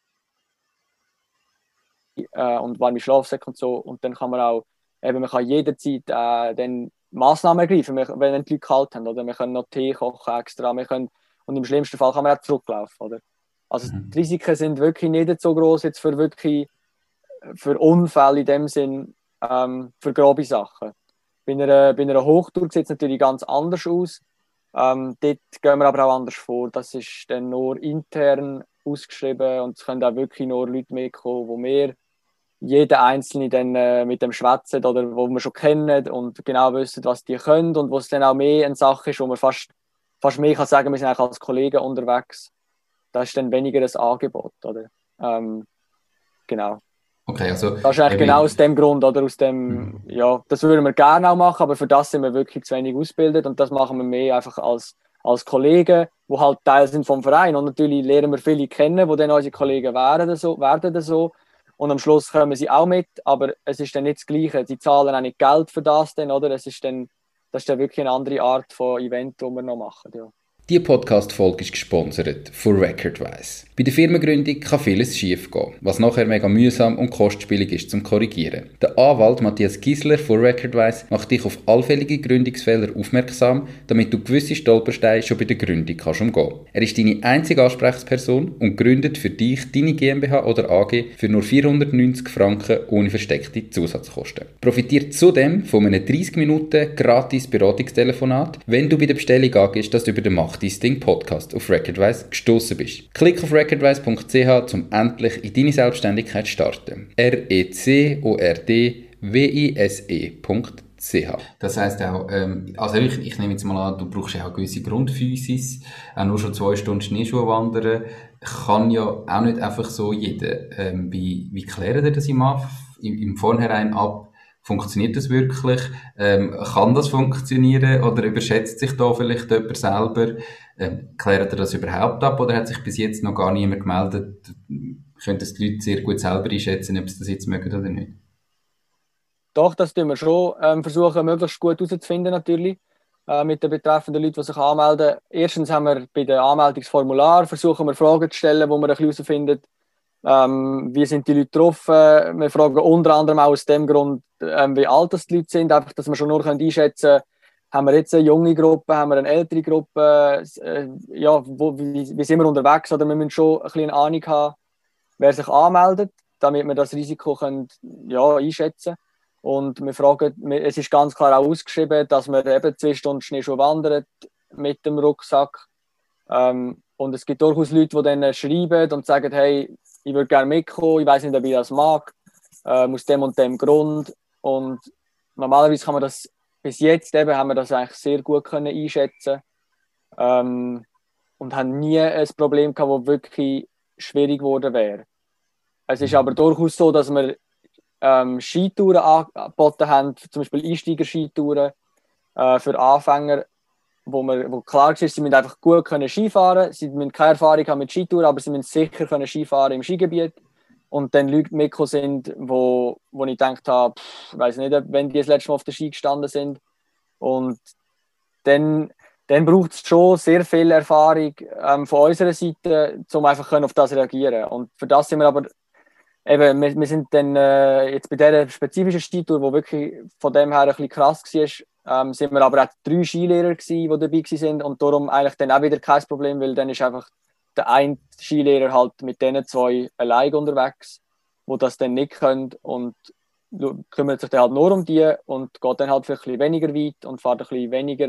äh, und warme Schlafsäcke und so und dann kann man auch, eben, man kann jederzeit äh, dann Massnahmen ergreifen, wenn, wenn die Leute kalt haben, oder wir können noch Tee kochen extra, wir können, und im schlimmsten Fall kann man auch zurücklaufen, oder? Also Mhm. die Risiken sind wirklich nicht so groß jetzt für wirklich für Unfälle in dem Sinn, ähm, für grobe Sachen. Bei einer, bei einer Hochtour sieht es natürlich ganz anders aus. Ähm, dort gehen wir aber auch anders vor. Das ist dann nur intern ausgeschrieben und es können auch wirklich nur Leute mitkommen, wo wir jeder Einzelne dann äh, mit dem schwätzen oder wo wir schon kennen und genau wissen, was die können und wo es dann auch mehr eine Sache ist, wo man fast, fast mehr kann sagen, wir sind eigentlich als Kollegen unterwegs. Das ist dann weniger ein Angebot, oder? Ähm, genau. Okay, also, das ist eigentlich genau aus dem Grund, oder aus dem, mhm. ja, das würden wir gerne auch machen, aber für das sind wir wirklich zu wenig ausgebildet und das machen wir mehr einfach als, als Kollegen, die halt Teil sind vom Verein und natürlich lernen wir viele kennen, die dann unsere Kollegen werden so, werden so und am Schluss kommen sie auch mit, aber es ist dann nicht das Gleiche, sie zahlen auch nicht Geld für das dann, oder? Es ist dann, das ist dann wirklich eine andere Art von Event, die wir noch machen, ja. Diese Podcast-Folge ist gesponsert von Recordwise. Bei der Firmengründung kann vieles schiefgehen, was nachher mega mühsam und kostspielig ist zum Korrigieren. Der Anwalt Matthias Gisler von Recordwise macht dich auf allfällige Gründungsfehler aufmerksam, damit du gewisse Stolpersteine schon bei der Gründung kannst umgehen. Er ist deine einzige Ansprechperson und gründet für dich deine GmbH oder A G für nur vierhundertneunzig Franken ohne versteckte Zusatzkosten. Profitiert zudem von einem dreißig Minuten gratis Beratungstelefonat, wenn du bei der Bestellung angehst, dass du über den Macht dein Ding Podcast auf Recordwise gestossen bist. Klick auf recordwise punkt c h, um endlich in deine Selbstständigkeit zu starten. R E C O R D W I S E punkt Das heisst auch, ähm, also ich, ich nehme jetzt mal an, du brauchst ja auch eine gewisse Grundphysis, auch nur schon zwei Stunden Schneeschuh wandern, kann ja auch nicht einfach so jeder. Ähm, wie, wie klären ihr das im, Anf- im, im Vornherein ab? Funktioniert das wirklich? Ähm, kann das funktionieren? Oder überschätzt sich da vielleicht jemand selber? Ähm, klärt ihr das überhaupt ab? Oder hat sich bis jetzt noch gar niemand gemeldet? Können das die Leute sehr gut selber einschätzen, ob sie das jetzt mögen oder nicht? Doch, das tun wir schon ähm, versuchen, möglichst gut herauszufinden natürlich äh, mit den betreffenden Leuten, die sich anmelden. Erstens haben wir bei den Anmeldungsformularen versuchen wir Fragen zu stellen, wo wir ein bisschen herausfinden, ähm, wie sind die Leute getroffen. Wir fragen unter anderem auch aus dem Grund, ähm, wie alt das die Leute sind, einfach, dass wir schon nur einschätzen können, haben wir jetzt eine junge Gruppe, haben wir eine ältere Gruppe, äh, ja, wo, wie, wie sind wir unterwegs, oder wir müssen schon ein bisschen eine Ahnung haben, wer sich anmeldet, damit wir das Risiko können, ja, einschätzen können. Und wir fragen, es ist ganz klar auch ausgeschrieben, dass wir eben zwei Stunden Schneeschuh wandern mit dem Rucksack. Ähm, und es gibt durchaus Leute, die dann schreiben und sagen, hey, ich würde gerne mitkommen, ich weiß nicht, ob ich das mag, ähm, aus dem und dem Grund. Und normalerweise kann man das, bis jetzt eben, haben wir das eigentlich sehr gut können einschätzen ähm, und haben nie ein Problem gehabt, das wirklich schwierig geworden wäre. Es ist aber durchaus so, dass wir ähm, Skitouren angeboten haben, zum Beispiel Einsteiger-Skitouren äh, für Anfänger, wo, wir, wo klar ist, sie müssen einfach gut können Skifahren, sie müssen keine Erfahrung haben mit Skitouren, aber sie müssen sicher können Skifahren im Skigebiet. Und dann Leute mitgekommen sind, wo, wo ich gedacht habe, ich weiß nicht, wenn die das letzte Mal auf der Ski gestanden sind. Und dann, dann braucht es schon sehr viel Erfahrung ähm, von unserer Seite, um einfach auf das zu reagieren. Und für das sind wir aber eben, wir, wir sind dann äh, jetzt bei dieser spezifischen Skitour, die wirklich von dem her ein bisschen krass war, ähm, sind wir aber auch drei Skilehrer gewesen, die dabei waren und darum eigentlich dann auch wieder kein Problem, weil dann ist einfach der eine Skilehrer halt mit diesen zwei allein unterwegs, die das dann nicht können und kümmert sich dann halt nur um die und geht dann halt vielleicht ein bisschen weniger weit und fährt ein bisschen weniger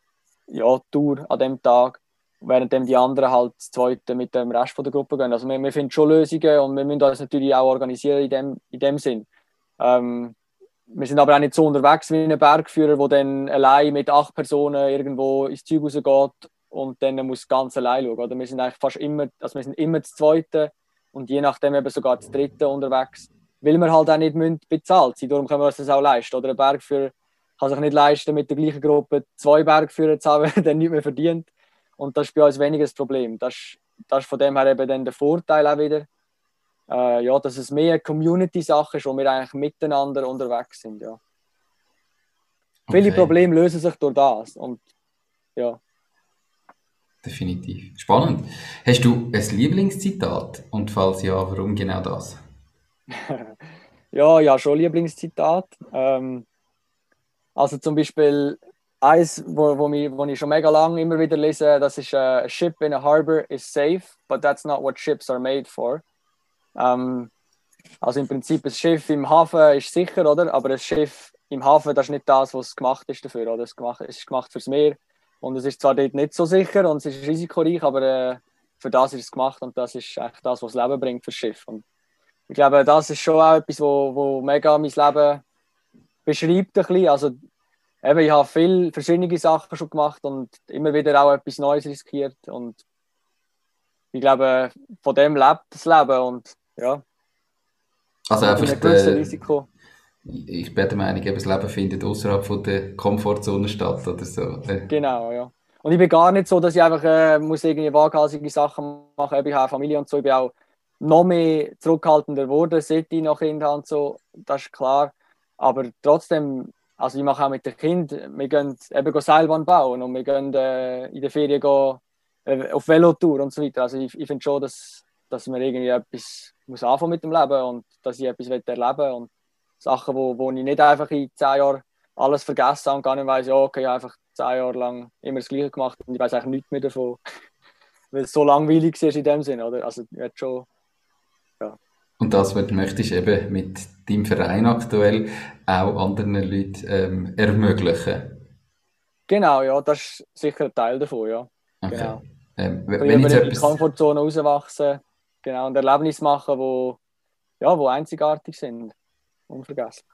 ja, Tour an dem Tag, während die anderen halt das Zweite mit dem Rest von der Gruppe gehen. Also wir, wir finden schon Lösungen und wir müssen uns natürlich auch organisieren in dem, in dem Sinn. Ähm, wir sind aber auch nicht so unterwegs wie ein Bergführer, der dann allein mit acht Personen irgendwo ins Zeug rausgeht und dann muss ganz allein schauen. Oder wir sind eigentlich fast immer, also wir sind immer das Zweite und je nachdem eben sogar das Dritte unterwegs, weil wir halt auch nicht müssen bezahlt sind. Darum können wir uns das auch leisten. Oder ein Bergführer kann sich nicht leisten, mit der gleichen Gruppe zwei Bergführer zu haben, wenn er dann nicht mehr verdient. Und das ist bei uns weniger das Problem. Das ist, das ist von dem her eben dann der Vorteil auch wieder, äh, ja, dass es mehr eine Community-Sache ist, wo wir eigentlich miteinander unterwegs sind. Ja. Okay. Viele Probleme lösen sich durch das. Und, ja. Definitiv. Spannend. Hast du ein Lieblingszitat? Und falls ja, warum genau das? Ja, ja, schon Lieblingszitat. Ähm, also zum Beispiel eins, wo, wo, mich, wo ich schon mega lange immer wieder lese, das ist uh, a ship in a harbor is safe, but that's not what ships are made for. Ähm, also im Prinzip ein Schiff im Hafen ist sicher, oder? Aber ein Schiff im Hafen, das ist nicht das, was gemacht ist dafür, oder? Es ist gemacht, es ist gemacht fürs Meer und es ist zwar dort nicht so sicher und es ist risikoreich, aber äh, für das ist es gemacht und das ist eigentlich das, was das Leben bringt fürs Schiff. Und ich glaube, das ist schon auch etwas, wo, wo mega mein Leben beschreibt ein bisschen. Also eben, ich habe viele verschiedene Sachen schon gemacht und immer wieder auch etwas Neues riskiert und ich glaube, von dem lebt das Leben und ja. Also mit einfach einem gewissen der, Risiko. Ich bin der Meinung, das Leben findet außerhalb von der Komfortzone statt oder so. Genau, ja. Und ich bin gar nicht so, dass ich einfach äh, muss irgendwie waghalsige Sachen machen. Ich habe eine Familie und so. Ich bin auch noch mehr zurückhaltender geworden, seit ich noch Kind habe und so. Das ist klar. Aber trotzdem, also ich mache auch mit den Kindern, wir gehen eben Seilbahn bauen und wir gehen äh, in der Ferien gehen, äh, auf Velotour und so weiter. Also ich, ich finde schon, dass, dass man irgendwie etwas muss anfangen mit dem Leben und dass ich etwas erleben will. Und Sachen, wo, wo ich nicht einfach in zehn Jahren alles vergessen habe und gar nicht weiss, ja, okay, ich habe einfach zehn Jahre lang immer das Gleiche gemacht und ich weiß eigentlich nichts mehr davon. Weil es so langweilig ist in dem Sinn, oder? Also, ich hätte schon, ja. Und das, was du möchtest, eben mit deinem Verein aktuell auch anderen Leuten ähm, ermöglichen. Genau, ja, das ist sicher ein Teil davon, ja. Okay. Genau. Ähm, wenn wenn wir jetzt in die Komfortzone rauswachsen, genau, und Erlebnisse machen, wo, ja, wo einzigartig sind. Unvergesslich.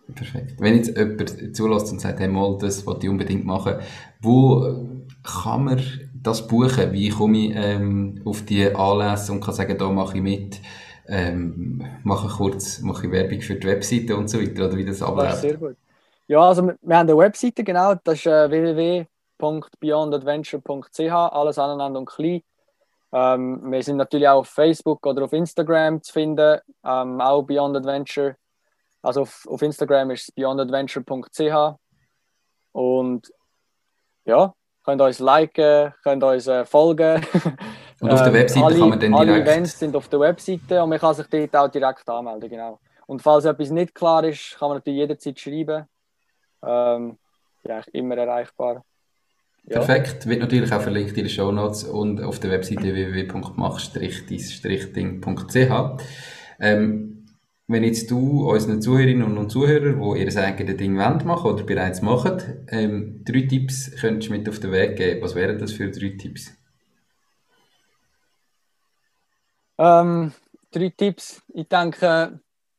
Perfekt. Wenn jetzt jemand zulässt und sagt, hey, mal, das will ich unbedingt machen, wo kann man das buchen? Wie komme ich ähm, auf die Anlässe und kann sagen, da mache ich mit, ähm, mache kurz, mache ich Werbung für die Webseite und so weiter, oder wie das Das ist abläuft? sehr gut. Ja, also wir wir haben eine Webseite, genau, das ist äh, w w w punkt beyond adventure punkt c h, alles aneinander und klein. Ähm, wir sind natürlich auch auf Facebook oder auf Instagram zu finden, ähm, auch Beyond Adventure. Also auf, auf Instagram ist es beyond adventure punkt c h und ja, könnt uns liken, könnt uns äh, folgen. Und auf der ähm, Webseite kann alle, man dann alle direkt, Events sind auf der Webseite und man kann sich dort auch direkt anmelden, genau. Und falls etwas nicht klar ist, kann man natürlich jederzeit schreiben. Ähm, bin eigentlich immer erreichbar. Ja, perfekt, wird natürlich auch verlinkt in den Shownotes und auf der Webseite w w w punkt mach Bindestrich ding punkt c h. Ähm, wenn jetzt du unseren Zuhörerinnen und Zuhörern, die ihr eigenes Ding wollen machen oder bereits machen, ähm, drei Tipps könntest du mit auf den Weg geben. Was wären das für drei Tipps? ähm, drei Tipps. Ich denke,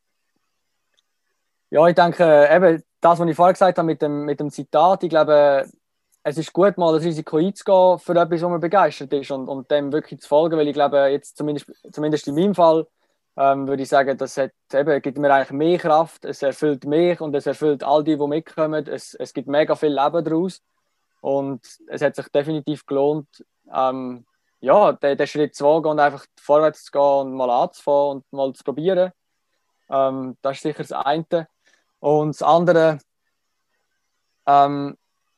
ja, ich denke, eben das, was ich vorher gesagt habe mit dem, mit dem Zitat, ich glaube, es ist gut, mal das Risiko einzugehen für etwas, wo man begeistert ist und, und dem wirklich zu folgen, weil ich glaube, jetzt zumindest, zumindest in meinem Fall, ähm, würde ich sagen, das hat, eben, gibt mir eigentlich mehr Kraft, es erfüllt mich und es erfüllt all die, die mitkommen, es, es gibt mega viel Leben daraus und es hat sich definitiv gelohnt, ähm, ja, den, den Schritt zu wagen und einfach vorwärts zu gehen und mal anzufangen und mal zu probieren. Ähm, das ist sicher das eine. Und das andere, ähm,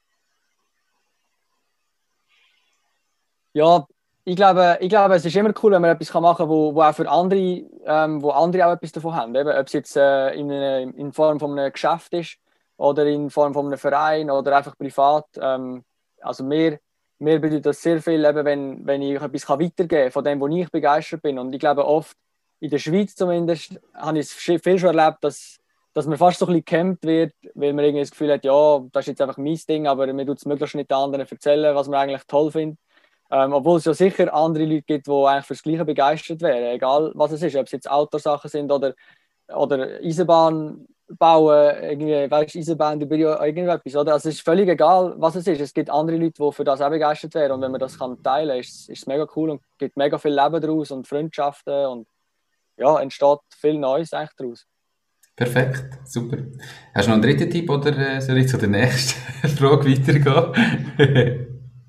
ja, ich glaube, ich glaube, es ist immer cool, wenn man etwas machen kann, wo, wo auch für andere, ähm, wo andere auch etwas davon haben. Eben, ob es jetzt äh, in, eine, in Form von einem Geschäft ist oder in Form von einem Verein oder einfach privat. Ähm, also mir, mir bedeutet das sehr viel, eben, wenn, wenn ich etwas kann weitergeben kann von dem, wo ich begeistert bin. Und ich glaube, oft in der Schweiz zumindest habe ich es viel schon erlebt, dass, dass man fast so ein bisschen gehemmt wird, weil man irgendwie das Gefühl hat, ja, das ist jetzt einfach mein Ding, aber mir tut es möglichst nicht den anderen erzählen, was man eigentlich toll findet. Ähm, obwohl es ja sicher andere Leute gibt, die eigentlich fürs Gleiche begeistert wären, egal was es ist, ob es jetzt Outdoor-Sachen sind oder, oder Eisenbahn bauen, irgendwie, weißt du, Eisenbahn über irgendetwas, oder? Also es ist völlig egal, was es ist. Es gibt andere Leute, die für das auch begeistert wären und wenn man das kann teilen kann, ist, ist es mega cool und gibt mega viel Leben daraus und Freundschaften und ja, entsteht viel Neues eigentlich daraus. Perfekt, super. Hast du noch einen dritten Tipp oder äh, soll ich zu der nächsten Frage weitergehen?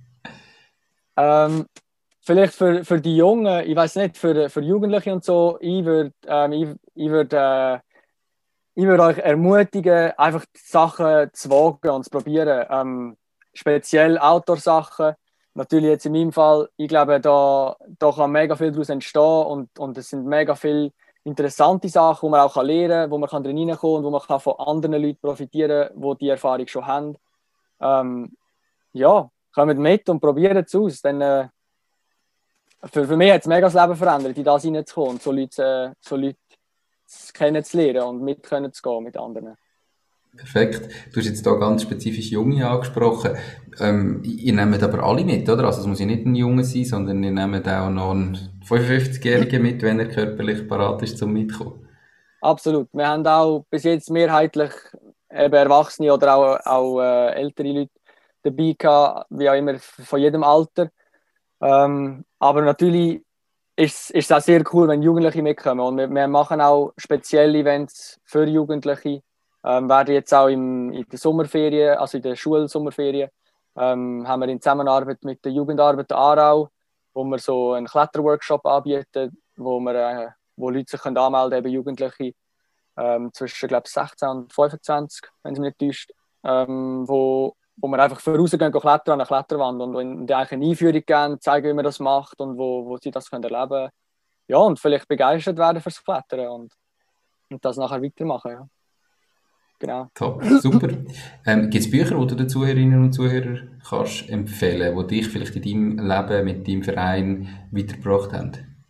Ähm, vielleicht für, für die Jungen, ich weiß nicht, für, für Jugendliche und so, ich würde ähm, ich, ich würd, äh, ich würd euch ermutigen, einfach die Sachen zu wagen und zu probieren. Ähm, speziell Outdoor-Sachen. Natürlich jetzt in meinem Fall, ich glaube, da, da kann mega viel daraus entstehen und, und es sind mega viele interessante Sachen, die man auch lernen kann, wo man drin reinkommen kann und wo man kann von anderen Leuten profitieren kann, die die Erfahrung schon haben. Ähm, ja, kommt mit und probiert es aus. Dann, äh, für, für mich hat es mega das Leben verändert, in das hineinzukommen und so Leute, äh, so Leute kennenzulernen und mit können zu gehen mit anderen. Perfekt. Du hast jetzt da ganz spezifisch Junge angesprochen. Ähm, ihr nehmt aber alle mit, oder? Also es muss ja nicht ein Junge sein, sondern ihr nehmt auch noch einen fünfundfünfzigjährigen mit, wenn er körperlich parat ist zum Mitkommen. Absolut. Wir haben auch bis jetzt mehrheitlich eben Erwachsene oder auch, auch äh, ältere Leute dabei gehabt, wie auch immer, von jedem Alter. Ähm, aber natürlich ist, ist es auch sehr cool, wenn Jugendliche mitkommen. Und wir, wir machen auch spezielle Events für Jugendliche. Ähm, werden jetzt auch im, in der Sommerferien, also in der Schulsommerferien, ähm, haben wir in Zusammenarbeit mit der Jugendarbeit Aarau, wo wir so einen Kletterworkshop anbieten, wo, wir, äh, wo Leute sich können anmelden können, eben Jugendliche ähm, zwischen glaub, sechzehn und fünfundzwanzig, wenn es mich nicht täuscht, ähm, wo, wo wir einfach vorausgehen, gehen klettern an einer Kletterwand und, und die eigentlich eine Einführung geben, zeigen, wie man das macht und wo, wo sie das können erleben können. Ja, und vielleicht begeistert werden fürs Klettern und, und das nachher weitermachen. Ja. Genau. Top, super. Ähm, gibt es Bücher, die du den Zuhörerinnen und Zuhörern kannst empfehlen, die dich vielleicht in deinem Leben mit deinem Verein weitergebracht haben?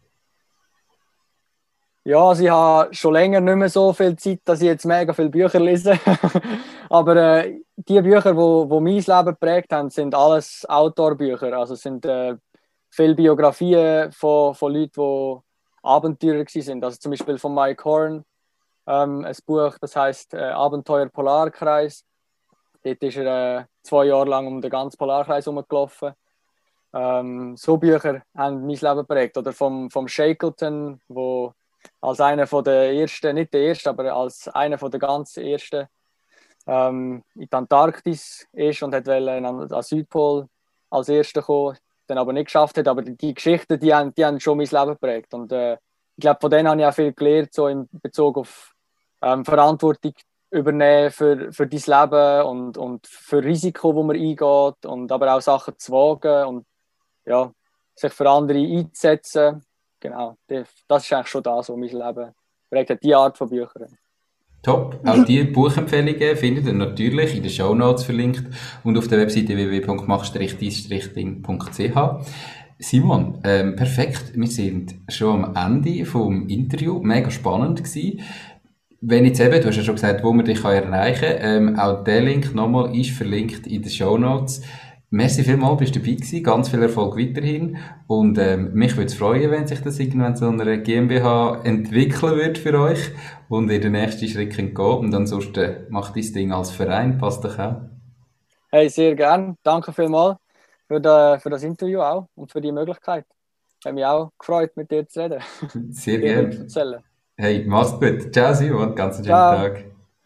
Ja, also ich habe schon länger nicht mehr so viel Zeit, dass ich jetzt mega viele Bücher lese. Aber äh, die Bücher, die wo, wo mein Leben geprägt haben, sind alles Outdoor-Bücher. Also es sind äh, viele Biografien von, von Leuten, die Abenteurer waren. Also zum Beispiel von Mike Horn. ähm, ein Buch, das heisst äh, Abenteuer Polarkreis. Dort ist er äh, zwei Jahre lang um den ganzen Polarkreis herumgelaufen. Ähm, so Bücher haben mein Leben geprägt. Oder vom, vom Shackleton, wo als einer von der ersten, nicht der erste, aber als einer von der ganz ersten ähm, in die Antarktis ist und hat wollen an den Südpol als erster kommen, dann aber nicht geschafft hat. Aber die, die Geschichten, die haben, die haben schon mein Leben geprägt. Und äh, ich glaube, von denen habe ich auch viel gelernt, so in Bezug auf ähm, Verantwortung übernehmen für, für dein Leben und, und für Risiko, wo man eingeht und aber auch Sachen zu wagen und ja, sich für andere einzusetzen. Genau, das ist eigentlich schon das, was mein Leben prägt hat, diese Art von Büchern. Top. Auch diese Buchempfehlungen findet ihr natürlich in den Shownotes verlinkt und auf der Webseite w w w punkt mach Strich dies Strich ding punkt c h. Simon, ähm, perfekt. Wir sind schon am Ende vom Interview. Mega spannend gewesen. Wenn jetzt eben, du hast ja schon gesagt, wo man dich erreichen kann, ähm, auch der Link nochmal ist verlinkt in den Shownotes. Merci vielmals, bist du dabei gewesen. Ganz viel Erfolg weiterhin. Und ähm, mich würde es freuen, wenn sich das irgendwann zu einer GmbH entwickeln wird für euch und ihr den nächsten Schritt könnt gehen. Und ansonsten macht das Ding als Verein, passt doch auch. Hey, sehr gern. Danke vielmals für, de, für das Interview auch und für die Möglichkeit. Hat mich auch gefreut, mit dir zu reden. Sehr gerne. Hey, mach's gut. Ciao, Simon. Ganz einen schönen Tag.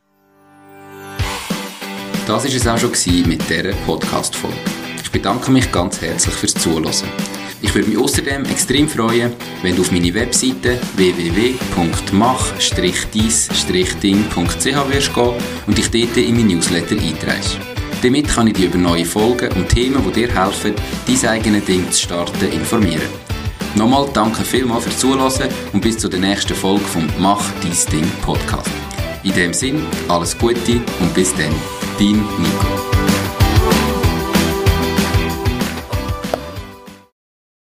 Das war es auch schon mit dieser Podcast-Folge. Ich bedanke mich ganz herzlich fürs Zuhören. Ich würde mich außerdem extrem freuen, wenn du auf meine Webseite w w w punkt mach dies ding punkt c h wirst gehen und dich dort in mein Newsletter einträgst. Damit kann ich dich über neue Folgen und Themen, die dir helfen, dein eigenes Ding zu starten, informieren. Nochmal danke vielmals fürs Zuhören und bis zur nächsten Folge vom Mach dies Ding Podcast. In dem Sinn, alles Gute und bis dann, dein Nico.